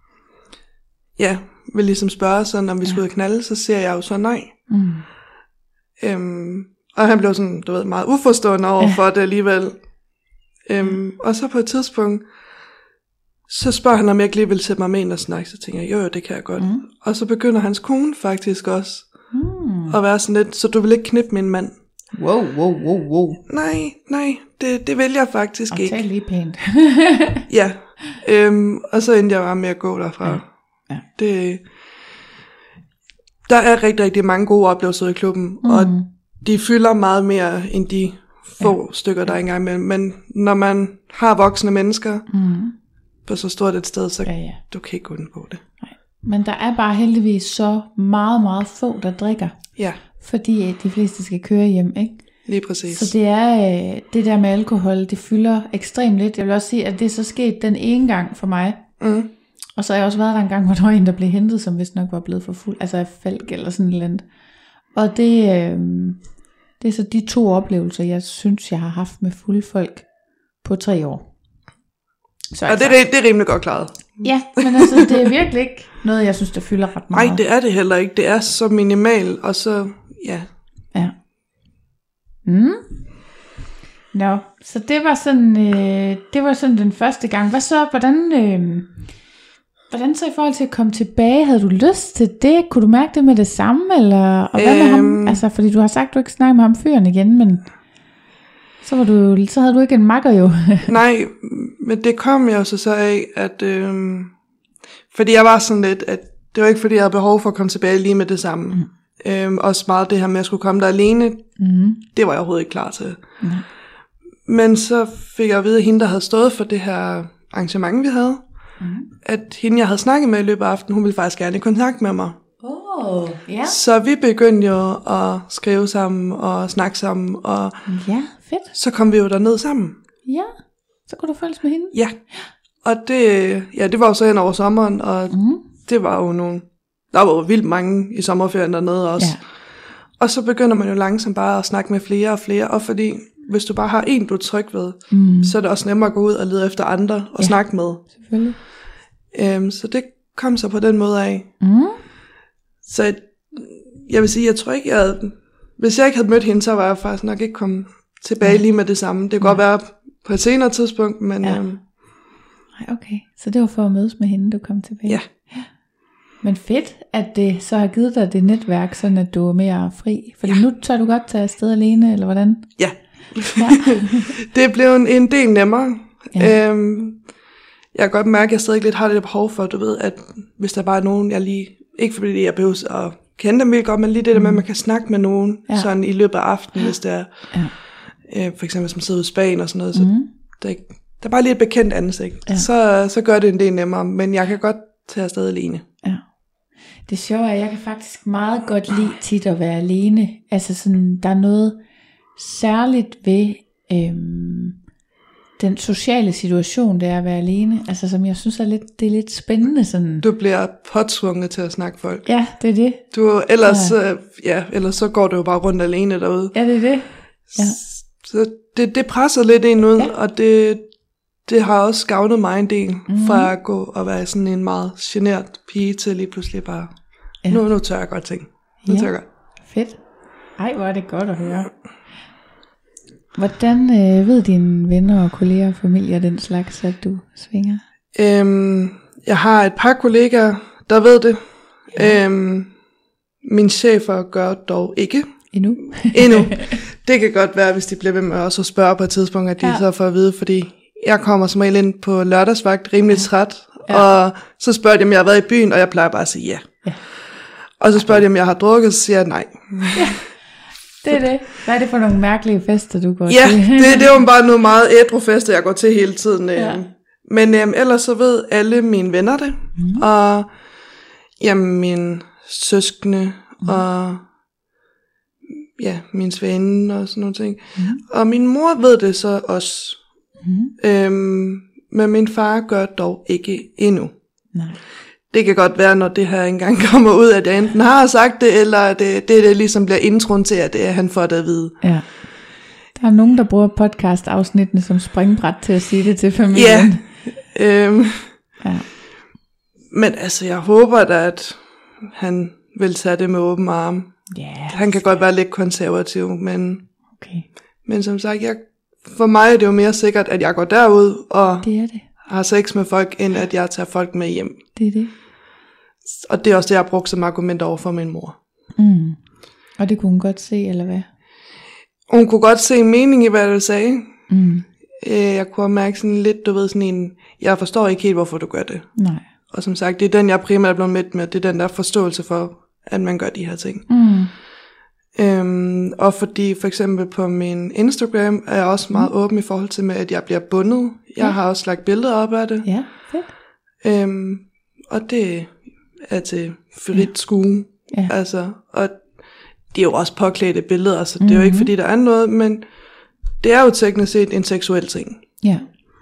ligesom spørge sådan, om vi skulle knalde, så siger jeg jo så nej. Og han blev sådan, du ved, meget uforstående over for det alligevel. Og så på et tidspunkt, så spørger han, om jeg ikke lige vil sætte mig med ind og snakke. Så tænker jeg, jo, det kan jeg godt. Og så begynder hans kone faktisk også at være sådan lidt, så du vil ikke knippe min mand. Wow. Nej, det vil jeg faktisk ikke. Og tal lige pænt. Ja, og så endte jeg bare med at gå derfra. Ja. Der er rigtig, rigtig mange gode oplevelser i klubben, og de fylder meget mere end de få stykker, der er engang imellem. Men når man har voksne mennesker på så stort et sted, så du kan ikke undgå det. Nej. Men der er bare heldigvis så meget, meget få, der drikker. Ja. Fordi de fleste skal køre hjem, ikke? Lige præcis. Så det er det der med alkohol, det fylder ekstremt lidt. Jeg vil også sige, at det er så sket den ene gang for mig. Og så har jeg også været der en gang, hvor der var en, der blev hentet, som vist nok var blevet for fuld. Altså af falk eller sådan et eller andet. Og det er så de 2 oplevelser, jeg synes, jeg har haft med fulde folk på 3 år. Så altså, det er rimelig godt klaret. Ja, men altså, det er virkelig ikke noget, jeg synes, der fylder ret meget. Nej, det er det heller ikke. Det er så minimalt, og så, Ja. Nå, så det var sådan den første gang. Hvad så, hvordan så i forhold til at komme tilbage? Havde du lyst til det? Kunne du mærke det med det samme? Eller, og hvad med ham? Altså, fordi du har sagt, du ikke snakker med ham fyren igen, men så havde du ikke en makker jo. Nej, men det kom jeg så af, at fordi jeg var sådan lidt, at det var ikke fordi, jeg havde behov for at komme tilbage lige med det samme. Også meget det her med, at jeg skulle komme der alene, det var jeg overhovedet ikke klar til. Men så fik jeg at vide, at hende, der havde stået for det her arrangement, vi havde, at hende, jeg havde snakket med i løbet af aftenen, hun ville faktisk gerne i kontakt med mig. Så vi begyndte jo at skrive sammen og snakke sammen, og fedt. Så kom vi jo derned sammen. Ja, så kunne du følges med hende. Ja, og det var jo så hen over sommeren, og det var jo der var jo vildt mange i sommerferien dernede også. Ja. Og så begynder man jo langsomt bare at snakke med flere og flere, og fordi hvis du bare har en, du er tryg ved, så er det også nemmere at gå ud og lede efter andre og snakke med. Selvfølgelig. Så det kom så på den måde af. Så jeg vil sige, jeg tror ikke, hvis jeg ikke havde mødt hende, så var jeg faktisk nok ikke kommet tilbage lige med det samme. Det kunne godt være på et senere tidspunkt, men... Nej, okay. Så det var for at mødes med hende, du kom tilbage? Ja. Men fedt, at det så har givet dig det netværk, sådan at du er mere fri. Fordi nu tør du godt tage afsted alene, eller hvordan? Ja. Det blev en del nemmere. Ja. Jeg kan godt mærke, at jeg stadig lidt har det behov for, du ved, at hvis der bare er nogen, jeg lige... Ikke fordi jeg behøver at kende dem vildt godt, men lige det der med, at man kan snakke med nogen sådan i løbet af aftenen, hvis det er... for eksempel, hvis man sidder ude i Spanien og sådan noget, så der er bare lige et bekendt ansigt. Ja. Så gør det en del nemmere, men jeg kan godt tage afsted alene. Ja. Det sjove er, at jeg kan faktisk meget godt lide tit at være alene. Altså sådan, der er noget særligt ved den sociale situation, det er at være alene. Altså som jeg synes det er lidt spændende sådan. Du bliver påtvunget til at snakke folk. Ja, det er det. Ellers så går du jo bare rundt alene derude. Ja, det er det. Ja. Så det presser lidt en ud, og det har også gavnet mig en del, fra at gå og være sådan en meget genert pige til lige pludselig bare, nu tør jeg godt ting. Nu tør jeg godt. Fedt. Ej, hvor er det godt at høre. Hvordan ved dine venner og kolleger og familie den slags, at du svinger? Jeg har et par kollegaer, der ved det. Ja. Mine chefer gør dog ikke. Endnu. Det kan godt være, hvis de bliver ved med også at spørge på et tidspunkt, at de så får at vide, fordi jeg kommer som regel ind på lørdagsvagt rimelig træt, og så spørger de, om jeg har været i byen, og jeg plejer bare at sige ja. Og så spørger de, om jeg har drukket, så siger jeg nej. Det er det. Hvad er det for nogle mærkelige fester, du går til? Ja, det er jo bare nogle meget ædru fester, jeg går til hele tiden. Ja. Men ellers så ved alle mine venner det. Og jamen, mine søskende og min sveninde og sådan nogle ting. Og min mor ved det så også. Men min far gør dog ikke endnu. Nej. Det kan godt være, når det her engang kommer ud, at jeg enten har sagt det, eller det ligesom bliver introen til, at han får det at vide. Ja. Der er nogen, der bruger podcast-afsnittene som springbræt til at sige det til familien. Ja. Men altså, jeg håber da, at han vil tage det med åben arm. Yeah, han kan godt være lidt konservativ, men som sagt, for mig er det jo mere sikkert, at jeg går derud og har sex med folk, end at jeg tager folk med hjem. Det er det. Og det er også det, jeg har brugt som argument over for min mor. Og det kunne hun godt se, eller hvad? Hun kunne godt se mening i, hvad jeg sagde. Jeg kunne mærke sådan lidt, du ved, sådan en, jeg forstår ikke helt, hvorfor du gør det. Nej. Og som sagt, det er den, jeg primært er blevet mødt med. Det er den der forståelse for, at man gør de her ting. Og fordi for eksempel på min Instagram er jeg også meget åben i forhold til med, at jeg bliver bundet. Jeg har også lagt billeder op af det. Ja, fedt. Og det er til frit skue. Ja. Altså, og det er jo også påklædte billeder, så det er jo ikke fordi der er noget, men det er jo teknisk set en seksuel ting. Ja.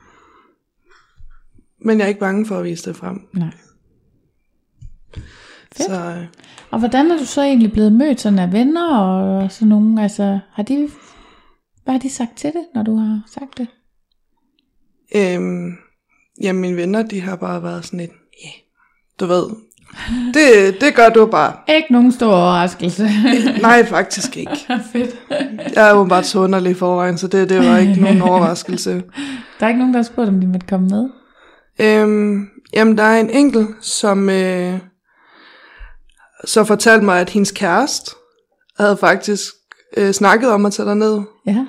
Men jeg er ikke bange for at vise det frem. Nej. Fedt. Så, og hvordan er du så egentlig blevet mødt sådan af venner og sådan nogen? Altså, hvad har de sagt til det, når du har sagt det? Ja, mine venner, de har bare været sådan et, du ved, det gør du bare. Ikke nogen stor overraskelse. Nej, faktisk ikke. Fedt. Jeg er jo bare så underlig forvejen, så det var ikke nogen overraskelse. Der er ikke nogen, der har spurgt, om de måtte komme med? Jamen, der er en enkelt, som så fortalte mig, at hendes kæreste havde faktisk snakket om at tage derned. Ja.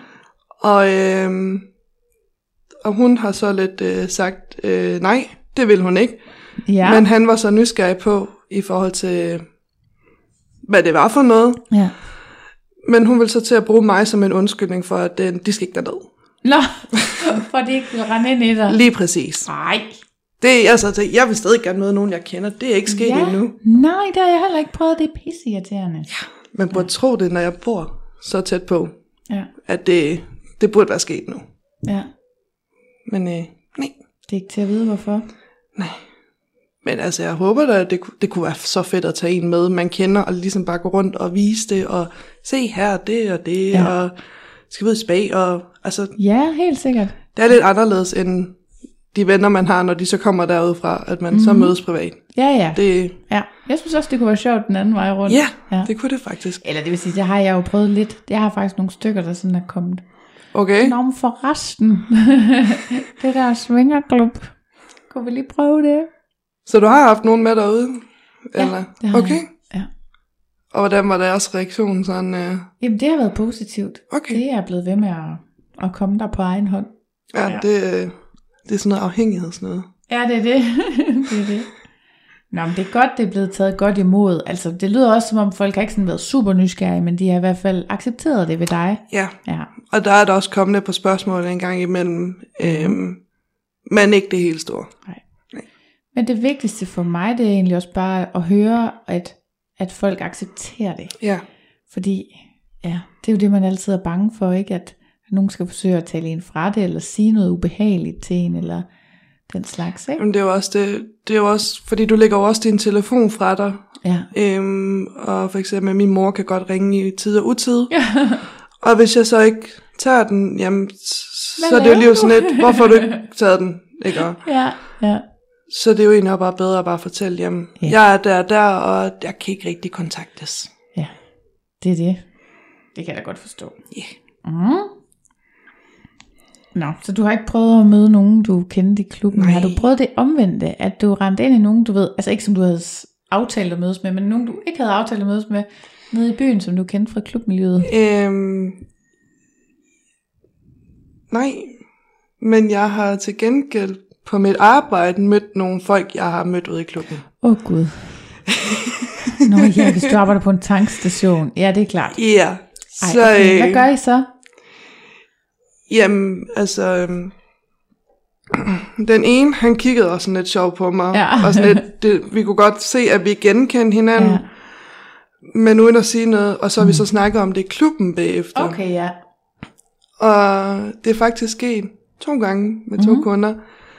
Og hun har så lidt sagt, nej, det vil hun ikke. Ja. Men han var så nysgerrig på, i forhold til, hvad det var for noget. Ja. Men hun ville så til at bruge mig som en undskyldning for, at de skal ikke derned. Nå, for de ikke vil rende ind i dig. Lige præcis. Nej. Det er altså, jeg vil stadig gerne møde nogen, jeg kender. Det er ikke sket endnu. Nej, det har jeg heller ikke prøvet. Det er pisseirriterende. Ja, man burde tro det, når jeg bor så tæt på, at det burde være sket nu. Ja. Men nej. Det er ikke til at vide, hvorfor. Nej. Men altså, jeg håber da, at det kunne være så fedt at tage en med, man kender, og ligesom bare gå rundt og vise det, og se her, det og det, og skal ud i spa, og altså... Ja, helt sikkert. Det er lidt anderledes, end de venner, man har, når de så kommer derudfra, at man så mødes privat. Ja. Ja. Jeg synes også, det kunne være sjovt den anden vej rundt. Ja, det kunne det faktisk. Eller det vil sige, det har jeg jo prøvet lidt. Jeg har faktisk nogle stykker, der sådan er kommet. Okay. Nå, men for resten. Det der swingerklub. Kunne vi lige prøve det? Så du har haft nogen med derude? Eller? Det har jeg. Ja. Og hvordan var deres reaktion sådan? Jamen, det har været positivt. Okay. Det er blevet ved med at komme der på egen hånd. Ja. Det er sådan noget afhængighed, sådan noget. Ja, det er det. Det er det. Nå, men det er godt, det er blevet taget godt imod. Altså, det lyder også, som om folk har ikke sådan været super nysgerrige, men de har i hvert fald accepteret det ved dig. Ja. Og der er der også kommet på spørgsmål en gang imellem, men ikke det helt store. Nej. Men det vigtigste for mig, det er egentlig også bare at høre, at folk accepterer det. Ja. Fordi, det er jo det, man altid er bange for, ikke? At nogen skal forsøge at tale en fra det, eller sige noget ubehageligt til en, eller den slags, ikke? Men det er jo også det er jo også, fordi du lægger jo også din telefon fra dig. Ja. Og for eksempel, min mor kan godt ringe i tid og utid. Ja. Og hvis jeg så ikke tager den, jamen, så er det jo lige sådan lidt, hvorfor du ikke taget den, ikke? Ja. Så det er jo egentlig bare bedre at bare fortælle, jamen, jeg er der, og jeg kan ikke rigtig kontaktes. Ja, det er det. Det kan jeg da godt forstå. Ja. Nå, så du har ikke prøvet at møde nogen, du kendte i klubben? Nej. Har du prøvet det omvendte, at du rendte ind i nogen, du ved, altså ikke som du havde aftalt at mødes med, men nogen, du ikke havde aftalt at mødes med, nede i byen, som du kendte fra klubmiljøet? Nej, men jeg har til gengæld på mit arbejde mødt nogle folk, jeg har mødt ude i klubben. Gud. Nå ja, hvis du arbejder på en tankstation. Ja, det er klart. Ja, Okay. Hvad gør I så? Jamen, altså... den ene, han kiggede også sådan lidt sjov på mig. Og sådan lidt, vi kunne godt se, at vi genkendte hinanden. Ja. Men uden at sige noget. Og så har vi så snakket om det i klubben bagefter. Okay, ja. Og det er faktisk sket 2 gange med 2 kunder.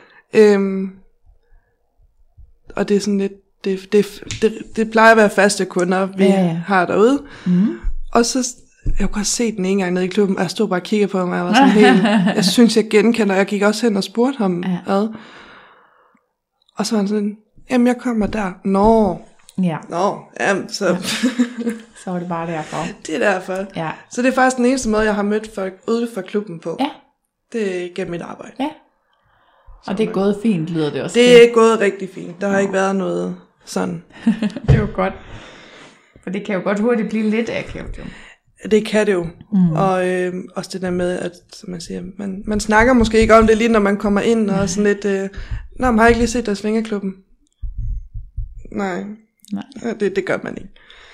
Og det er sådan lidt, det plejer at være faste kunder, vi har derude. Og så, jeg kunne godt se den ene gang nede i klubben, og jeg stod bare og kiggede på mig, jeg var sådan helt, jeg synes jeg genkender, og jeg gik også hen og spurgte ham ad. Og så var han sådan, jamen jeg kommer der. Nå, jamen så... Så var det bare derfor. Det er derfor. Ja. Så det er faktisk den eneste måde, jeg har mødt folk ude fra klubben på. Ja. Det er gennem mit arbejde. Ja. Og det er gået fint, lyder det også. Det er gået rigtig fint. Der har ikke været noget sådan. Det er jo godt. For det kan jo godt hurtigt blive lidt akavet. Det kan det jo. Og også det der med, at som man siger, man snakker måske ikke om det lige, når man kommer ind, og sådan lidt, nå, man har ikke lige set der svingerklubben. Nej. Det gør man ikke.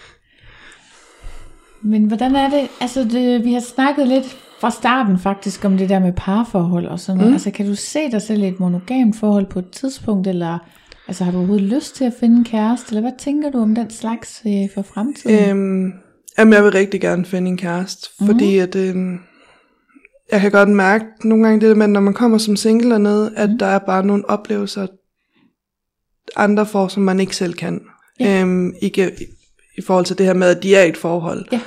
Men hvordan er det, altså vi har snakket lidt fra starten faktisk om det der med parforhold og sådan noget. Altså kan du se dig selv i et monogamt forhold på et tidspunkt, eller altså har du overhovedet lyst til at finde en kæreste, eller hvad tænker du om den slags for fremtiden? Jamen jeg vil rigtig gerne finde en kæreste, fordi at jeg kan godt mærke nogle gange det der med, når man kommer som single dernede, at der er bare nogle oplevelser, andre får, som man ikke selv kan. Ja. I forhold til det her med, at de er i et forhold. Ja.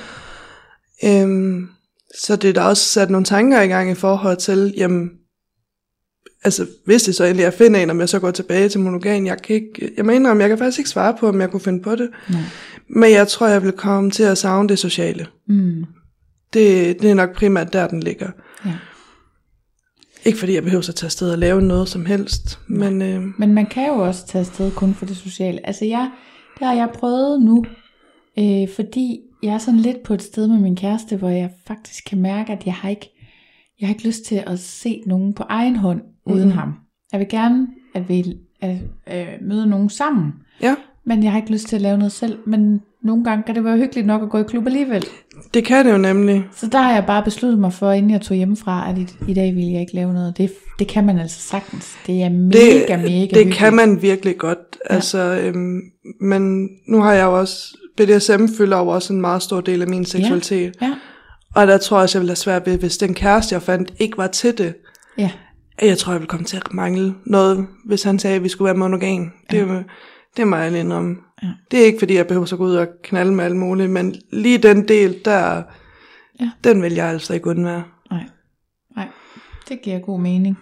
Så det er der også sat nogle tanker i gang i forhold til, jamen, altså hvis det så endelig er at finde en, om jeg så går tilbage til monogam, jeg kan faktisk ikke svare på, om jeg kunne finde på det. Nej. Men jeg tror, jeg vil komme til at savne det sociale. Det er nok primært der, den ligger. Ja. Ikke fordi jeg behøver at tage afsted og lave noget som helst. Men man kan jo også tage afsted kun for det sociale. Altså det har jeg prøvet nu, fordi jeg er sådan lidt på et sted med min kæreste, hvor jeg faktisk kan mærke, at jeg har ikke lyst til at se nogen på egen hånd uden ham. Jeg vil gerne, at vi møder nogen sammen. Ja. Men jeg har ikke lyst til at lave noget selv. Men nogle gange kan det være hyggeligt nok at gå i klub alligevel. Det kan det jo nemlig. Så der har jeg bare besluttet mig for, inden jeg tog hjemmefra, at i dag vil jeg ikke lave noget. Det kan man altså sagtens. Det er mega hyggeligt. Det kan man virkelig godt. Ja. Altså, men nu har jeg jo også, BDSM fylder jo også en meget stor del af min seksualitet. Ja. Og der tror jeg også, jeg ville have svært ved, hvis den kæreste, jeg fandt, ikke var til det. Ja. Jeg tror, jeg ville komme til at mangle noget, hvis han sagde, at vi skulle være monogam. Det må jeg indrømme. Ja. Det er ikke, fordi jeg behøver så gå ud og knalde med alt muligt, men lige den del, der, den vil jeg altså ikke undvære. Nej, det giver god mening.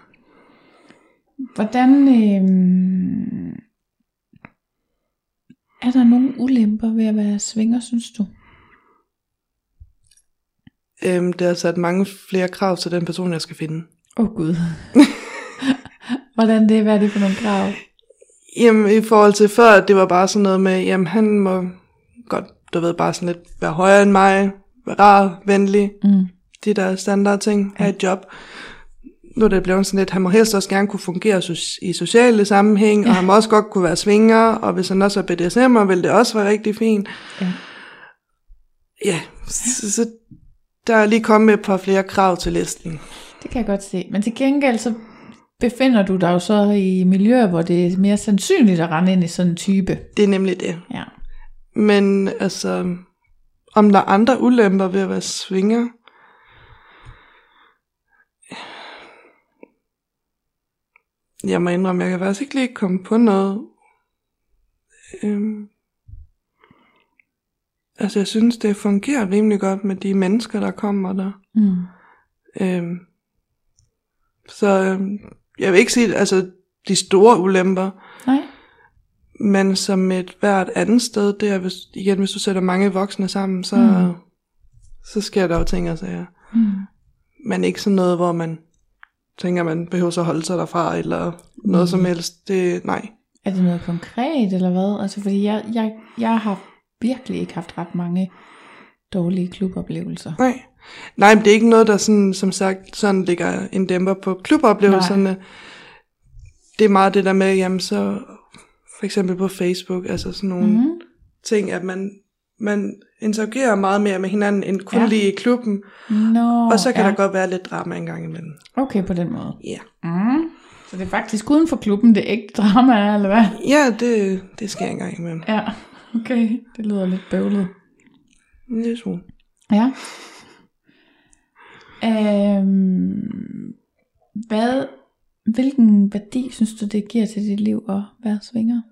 Hvordan er der nogle ulemper ved at være swinger, synes du? Det har sat mange flere krav til den person, jeg skal finde. Gud. Hvordan det? Hvad er det for nogle krav? Jamen i forhold til før, det var bare sådan noget med, jamen han må godt, du ved, bare sådan lidt være højere end mig, være rar, venlig, de der standard ting, have et job. Nu er det blevet sådan lidt, han må helst også gerne kunne fungere i sociale sammenhæng, og han må også godt kunne være swinger, og hvis han også er BDSM'er, vil det også være rigtig fint. Ja, så der er lige kommet et par flere krav til listen. Det kan jeg godt se, men til gengæld så befinder du dig jo så i miljøer, hvor det er mere sandsynligt at rende ind i sådan en type. Det er nemlig det. Ja. Men altså, om der er andre ulemper ved at være swinger? Jeg må indrømme, jeg kan faktisk ikke lige komme på noget. Altså, jeg synes, det fungerer rimelig godt med de mennesker, der kommer der. Så jeg vil ikke sige, altså de store ulemper. Nej. Men som et hvert andet sted, det er, hvis du sætter mange voksne sammen, så sker der jo ting og sager. Men ikke sådan noget, hvor man tænker, man behøver så holde sig derfra, eller noget som helst. Nej. Er det noget konkret, eller hvad? Altså, fordi jeg har virkelig ikke haft ret mange dårlige kluboplevelser. Nej, men det er ikke noget, der sådan, som sagt sådan ligger en dæmper på kluboplevelserne. Nej. Det er meget det der med, jamen så for eksempel på Facebook, altså sådan nogle ting, at man interagerer meget mere med hinanden, end kun lige i klubben. Og så kan der godt være lidt drama en gang imellem. Okay, på den måde. Ja. Så det er faktisk uden for klubben, det er ikke drama, eller hvad? Ja, det sker en gang imellem. Ja, okay. Det lyder lidt bøvlet. Det er sådan. Ja. Hvilken værdi synes du, det giver til dit liv at være swinger?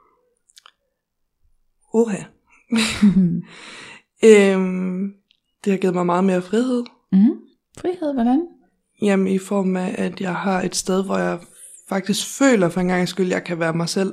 Det har givet mig meget mere frihed. Frihed, hvordan? Jamen i form af, at jeg har et sted, hvor jeg faktisk føler for en gang skyld, jeg kan være mig selv.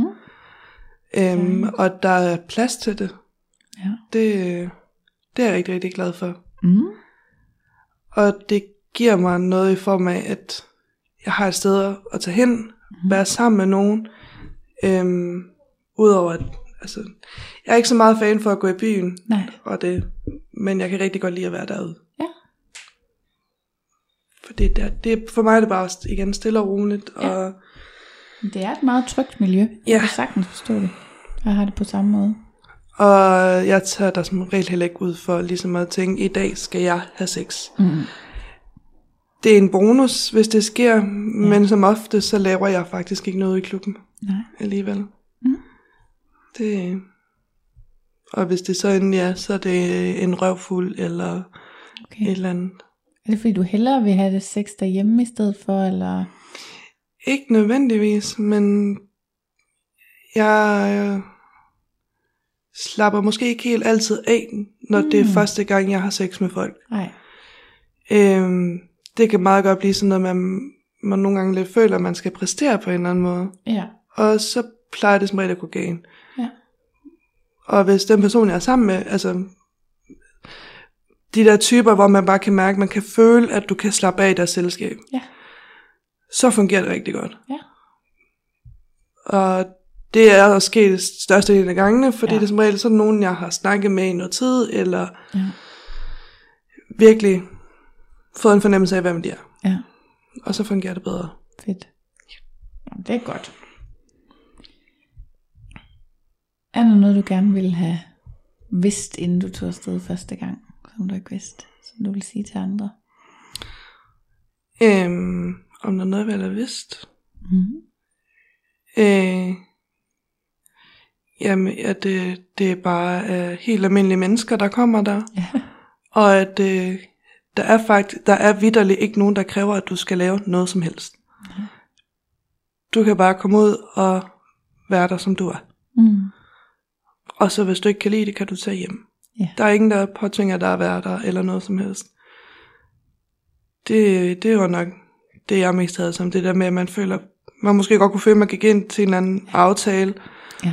Og der er plads til det. Ja. Det er jeg rigtig, rigtig glad for. Og det giver mig noget i form af, at jeg har et sted at tage hen, være sammen med nogen. Udover at, altså, jeg er ikke så meget fan for at gå i byen, men jeg kan rigtig godt lide at være derude. Ja. For for mig er det bare igen stille og roligt. Og det er et meget trygt miljø. Jeg kan sagtens forstå det. Jeg har det på samme måde. Og jeg tager der som regel heller ikke ud for ligesom at tænke, i dag skal jeg have sex. Det er en bonus, hvis det sker, men som ofte, så laver jeg faktisk ikke noget i klubben alligevel. Og hvis det så endelig så er det en røvfuld eller et eller andet. Er det fordi du hellere vil have det sex derhjemme i stedet for, eller? Ikke nødvendigvis, men jeg slapper måske ikke helt altid af, når det er første gang, jeg har sex med folk. Nej. Det kan meget godt blive sådan noget, man nogle gange lidt føler, at man skal præstere på en eller anden måde. Ja. Og så plejer det som regel at gå galt. Ja. Og hvis den person, jeg er sammen med, altså de der typer, hvor man bare kan mærke, man kan føle, at du kan slappe af i deres selskab. Ja. Så fungerer det rigtig godt. Ja. Og det er også sket størstedelen af gangene, fordi det er som regel sådan nogen, jeg har snakket med i noget tid, eller virkelig fået en fornemmelse af, hvem de er. Ja. Og så fungerer det bedre. Fedt. Jamen, det er godt. Er der noget, du gerne ville have vidst, inden du tog afsted første gang, som du ikke vidste, som du vil sige til andre? Om der er noget, jeg ville have vidst? Jamen, at det er bare helt almindelige mennesker, der kommer der. Ja. Og at der er vitterligt ikke nogen, der kræver, at du skal lave noget som helst. Du kan bare komme ud og være der, som du er. Og så hvis du ikke kan lide det, kan du tage hjem. Ja. Der er ingen, der påtvinger dig at være der, eller noget som helst. Det var nok det, jeg mest havde som det der med, at man føler, man måske godt kunne føle, at man gik ind til en anden aftale. Ja.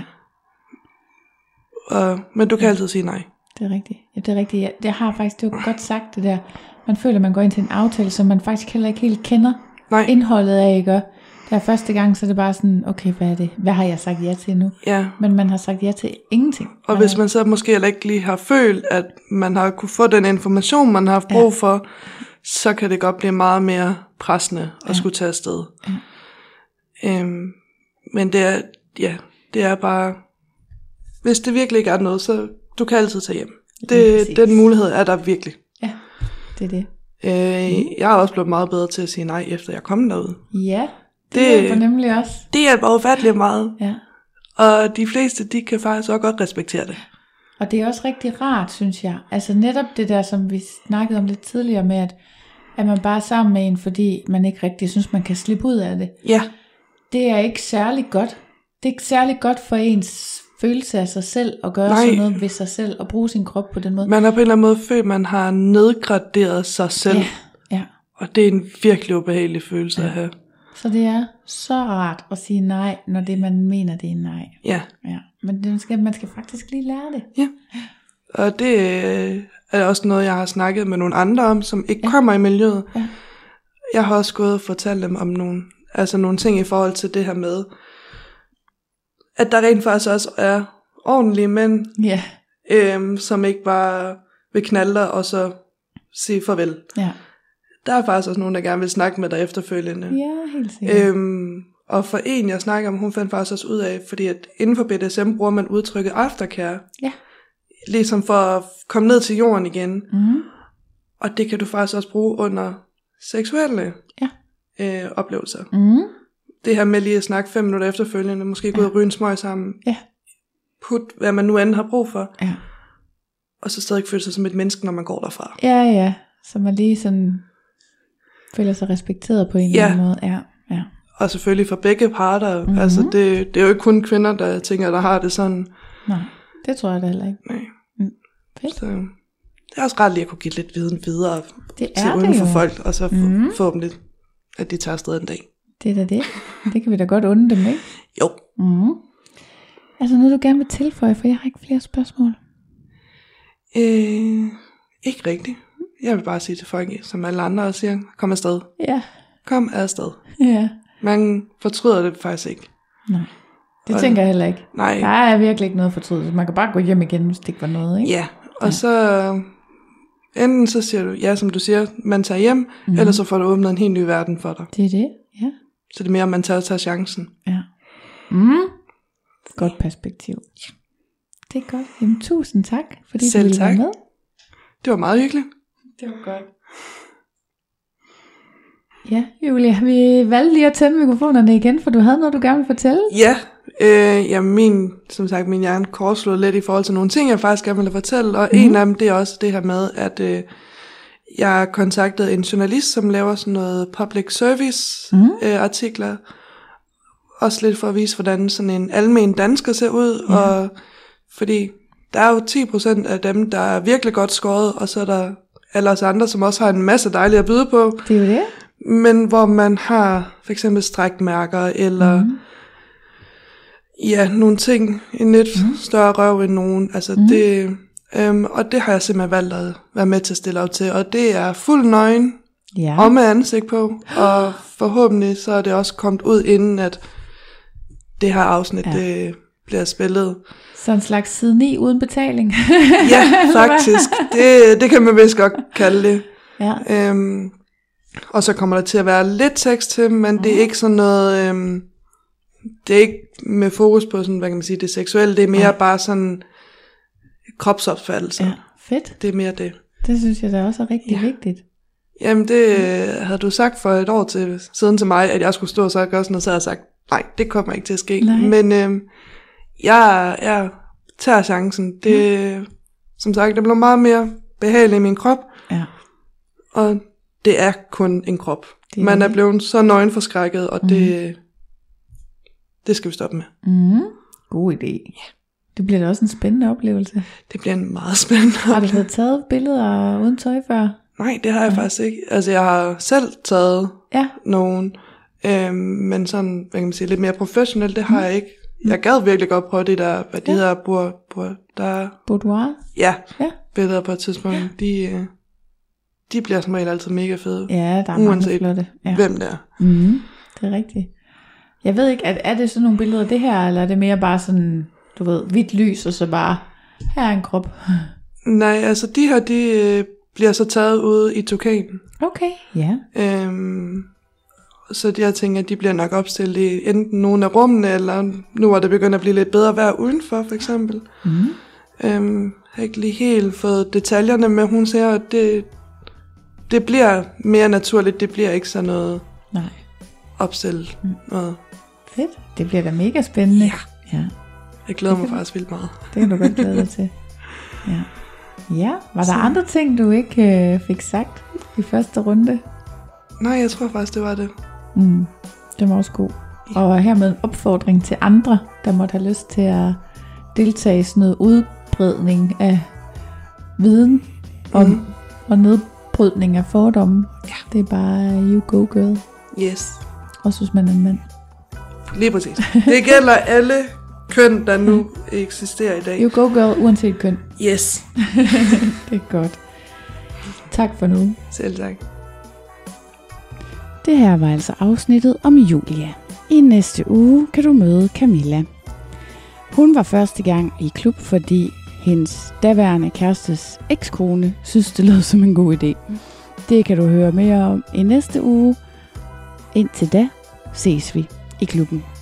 Men du kan altid sige nej. Det er rigtigt. Ja, det er rigtigt. Ja, det har faktisk, det var godt sagt det der. Man føler, at man går ind til en aftale, som man faktisk heller ikke helt kender indholdet af, ikke? Der første gang, så er det bare sådan, okay, hvad er det? Hvad har jeg sagt ja til nu? Ja. Men man har sagt ja til ingenting. Og hvis man så måske heller ikke lige har følt, at man har kunne få den information, man har haft brug for, så kan det godt blive meget mere pressende at skulle tage afsted. Ja. Men det er bare, hvis det virkelig ikke er noget, så du kan altid tage hjem. Den mulighed er der virkelig. Ja, det er det. Jeg har også blevet meget bedre til at sige nej, efter jeg kom derud. Ja, det hjælper nemlig også. Det hjælper ufattelig meget. Ja. Og de fleste, de kan faktisk også godt respektere det. Og det er også rigtig rart, synes jeg. Altså netop det der, som vi snakkede om lidt tidligere med, at man bare er sammen med en, fordi man ikke rigtig synes, man kan slippe ud af det. Ja. Det er ikke særlig godt. Det er ikke særlig godt for ens følelse af sig selv, at gøre sådan noget ved sig selv, og bruge sin krop på den måde. Man har på en eller anden måde følt, at man har nedgraderet sig selv. Ja. Og det er en virkelig ubehagelig følelse at have. Så det er så rart at sige nej, når det man mener, det er nej. Ja. Men man skal faktisk lige lære det. Ja. Og det er også noget, jeg har snakket med nogle andre om, som ikke kommer i miljøet. Ja. Jeg har også gået og fortalt dem om nogle ting i forhold til det her med, at der rent faktisk også er ordentlige mænd, som ikke bare vil knalde dig og så sige farvel. Ja. Der er faktisk også nogen, der gerne vil snakke med dig efterfølgende. Ja, helt sikkert. Og for en, jeg snakker om, hun fandt faktisk også ud af, fordi at inden for BDSM bruger man udtrykket aftercare. Ja. ligesom for at komme ned til jorden igen. Og det kan du faktisk også bruge under seksuelle oplevelser. Det her med lige at snakke 5 minutter efterfølgende, måske gå ud og ryge en smøg sammen. Put, hvad man nu end har brug for. Og så stadig føle sig som et menneske, når man går derfra. Ja, så man lige sådan føler sig respekteret på en eller anden måde. Ja. Og selvfølgelig for begge parter. Altså det er jo ikke kun kvinder, der tænker, der har det sådan. Nej, det tror jeg da heller ikke. Nej. Fedt. Så det er også ret lige at kunne give lidt viden videre til uden for folk, og så forhåbentlig, at de tager afsted en dag. Det er da det. Det kan vi da godt unde dem, ikke? Jo. Altså noget, du gerne vil tilføje, for jeg har ikke flere spørgsmål. Ikke rigtigt. Jeg vil bare sige til folk, som alle andre også siger, kom afsted. Ja. Kom afsted. Ja. Man fortryder det faktisk ikke. Nej, det tænker jeg heller ikke. Nej. Der er virkelig ikke noget fortrydelse. Man kan bare gå hjem igen, hvis det ikke var noget, ikke? Ja, og så enten så siger du, ja, som du siger, man tager hjem, eller så får du åbnet en helt ny verden for dig. Det er det, ja. Så det er mere, om man tager chancen. Ja. Godt perspektiv. Det er godt. Jamen, tusind tak, fordi du ville være med. Det var meget hyggeligt. Det var godt. Ja, Julia, vi valgte lige at tænde mikrofonerne igen, for du havde noget, du gerne ville fortælle. Ja, som sagt, min hjerne kortslåede lidt i forhold til nogle ting, jeg faktisk gerne ville fortælle, og en af dem, det er også det her med, at jeg kontaktede en journalist, som laver sådan noget public service artikler, også lidt for at vise, hvordan sådan en almen dansker ser ud, og fordi der er jo 10% af dem, der er virkelig godt skåret, og så er der alle os andre, som også har en masse dejligt at byde på. Det er jo det. Men hvor man har for eksempel strækmærker, eller nogle ting, en lidt større røv end nogen. Altså det, og det har jeg simpelthen valgt at være med til at stille op til. Og det er fuld nøgen, og med ansigt på. Og forhåbentlig så er det også kommet ud, inden at det her afsnit det bliver spillet. Så en slags side 9 uden betaling. Ja, faktisk. Det kan man vist godt kalde det. Ja. Og så kommer der til at være lidt tekst til, men det er ikke sådan noget, det er ikke med fokus på sådan, hvad kan man sige, det seksuelle, det er mere bare sådan kropsopfattelse. Ja, fedt. Det er mere det. Det synes jeg da også er rigtig vigtigt. Jamen det havde du sagt for et år siden til mig, at jeg skulle stå og så gøre sådan noget, så havde jeg sagt, nej, det kommer ikke til at ske. Nej. Men jeg tager chancen. Det, som sagt, det blev meget mere behageligt i min krop. Ja. Og det er kun en krop. Man er blevet så nøgenforskrækket, og det skal vi stoppe med. God idé. Ja. Det bliver da også en spændende oplevelse. Det bliver en meget spændende Har du fået taget billeder uden tøj før? Nej, det har jeg faktisk ikke. Altså jeg har selv taget nogen, men sådan, hvad kan man sige, lidt mere professionelt, det har jeg ikke. Jeg gad virkelig godt prøve det der, hvad de hedder, boudoir? Ja, billeder på et tidspunkt. Ja. De bliver som regel altid mega fede. Ja, der er mange flotte. Ja. Hvem det er. Det er rigtigt. Jeg ved ikke, er det sådan nogle billeder det her, eller er det mere bare sådan, du ved, hvidt lys, og så bare, her er en krop? Nej, altså de her, de bliver så taget ude i Tukan. Okay, ja. Så jeg tænker, at de bliver nok opstillet i enten nogle af rummene, eller nu hvor det begynder at blive lidt bedre vejr udenfor, for eksempel. Jeg har ikke lige helt fået detaljerne, men hun siger, at det bliver mere naturligt, det bliver ikke sådan noget opstillet noget. Fedt, det bliver da mega spændende. Ja. Jeg glæder mig faktisk vildt meget. Det kan du godt glæde dig til. Ja, var der andre ting, du ikke fik sagt i første runde? Nej, jeg tror faktisk, det var det. Det var også god. Og hermed en opfordring til andre, der måtte have lyst til at deltage i sådan noget udbredning af viden om og nedbrydning af fordomme. Ja. Det er bare you go girl. Yes. Også hvis man er en mand. Lige præcis. Det gælder alle køn, der nu eksisterer i dag. You go girl, uanset køn. Yes. Det er godt. Tak for nu. Selv tak. Det her var altså afsnittet om Julia. I næste uge kan du møde Camilla. Hun var første gang i klub, fordi hendes daværende kærestes ekskone synes, det lød som en god idé. Det kan du høre mere om i næste uge. Indtil da ses vi i klubben.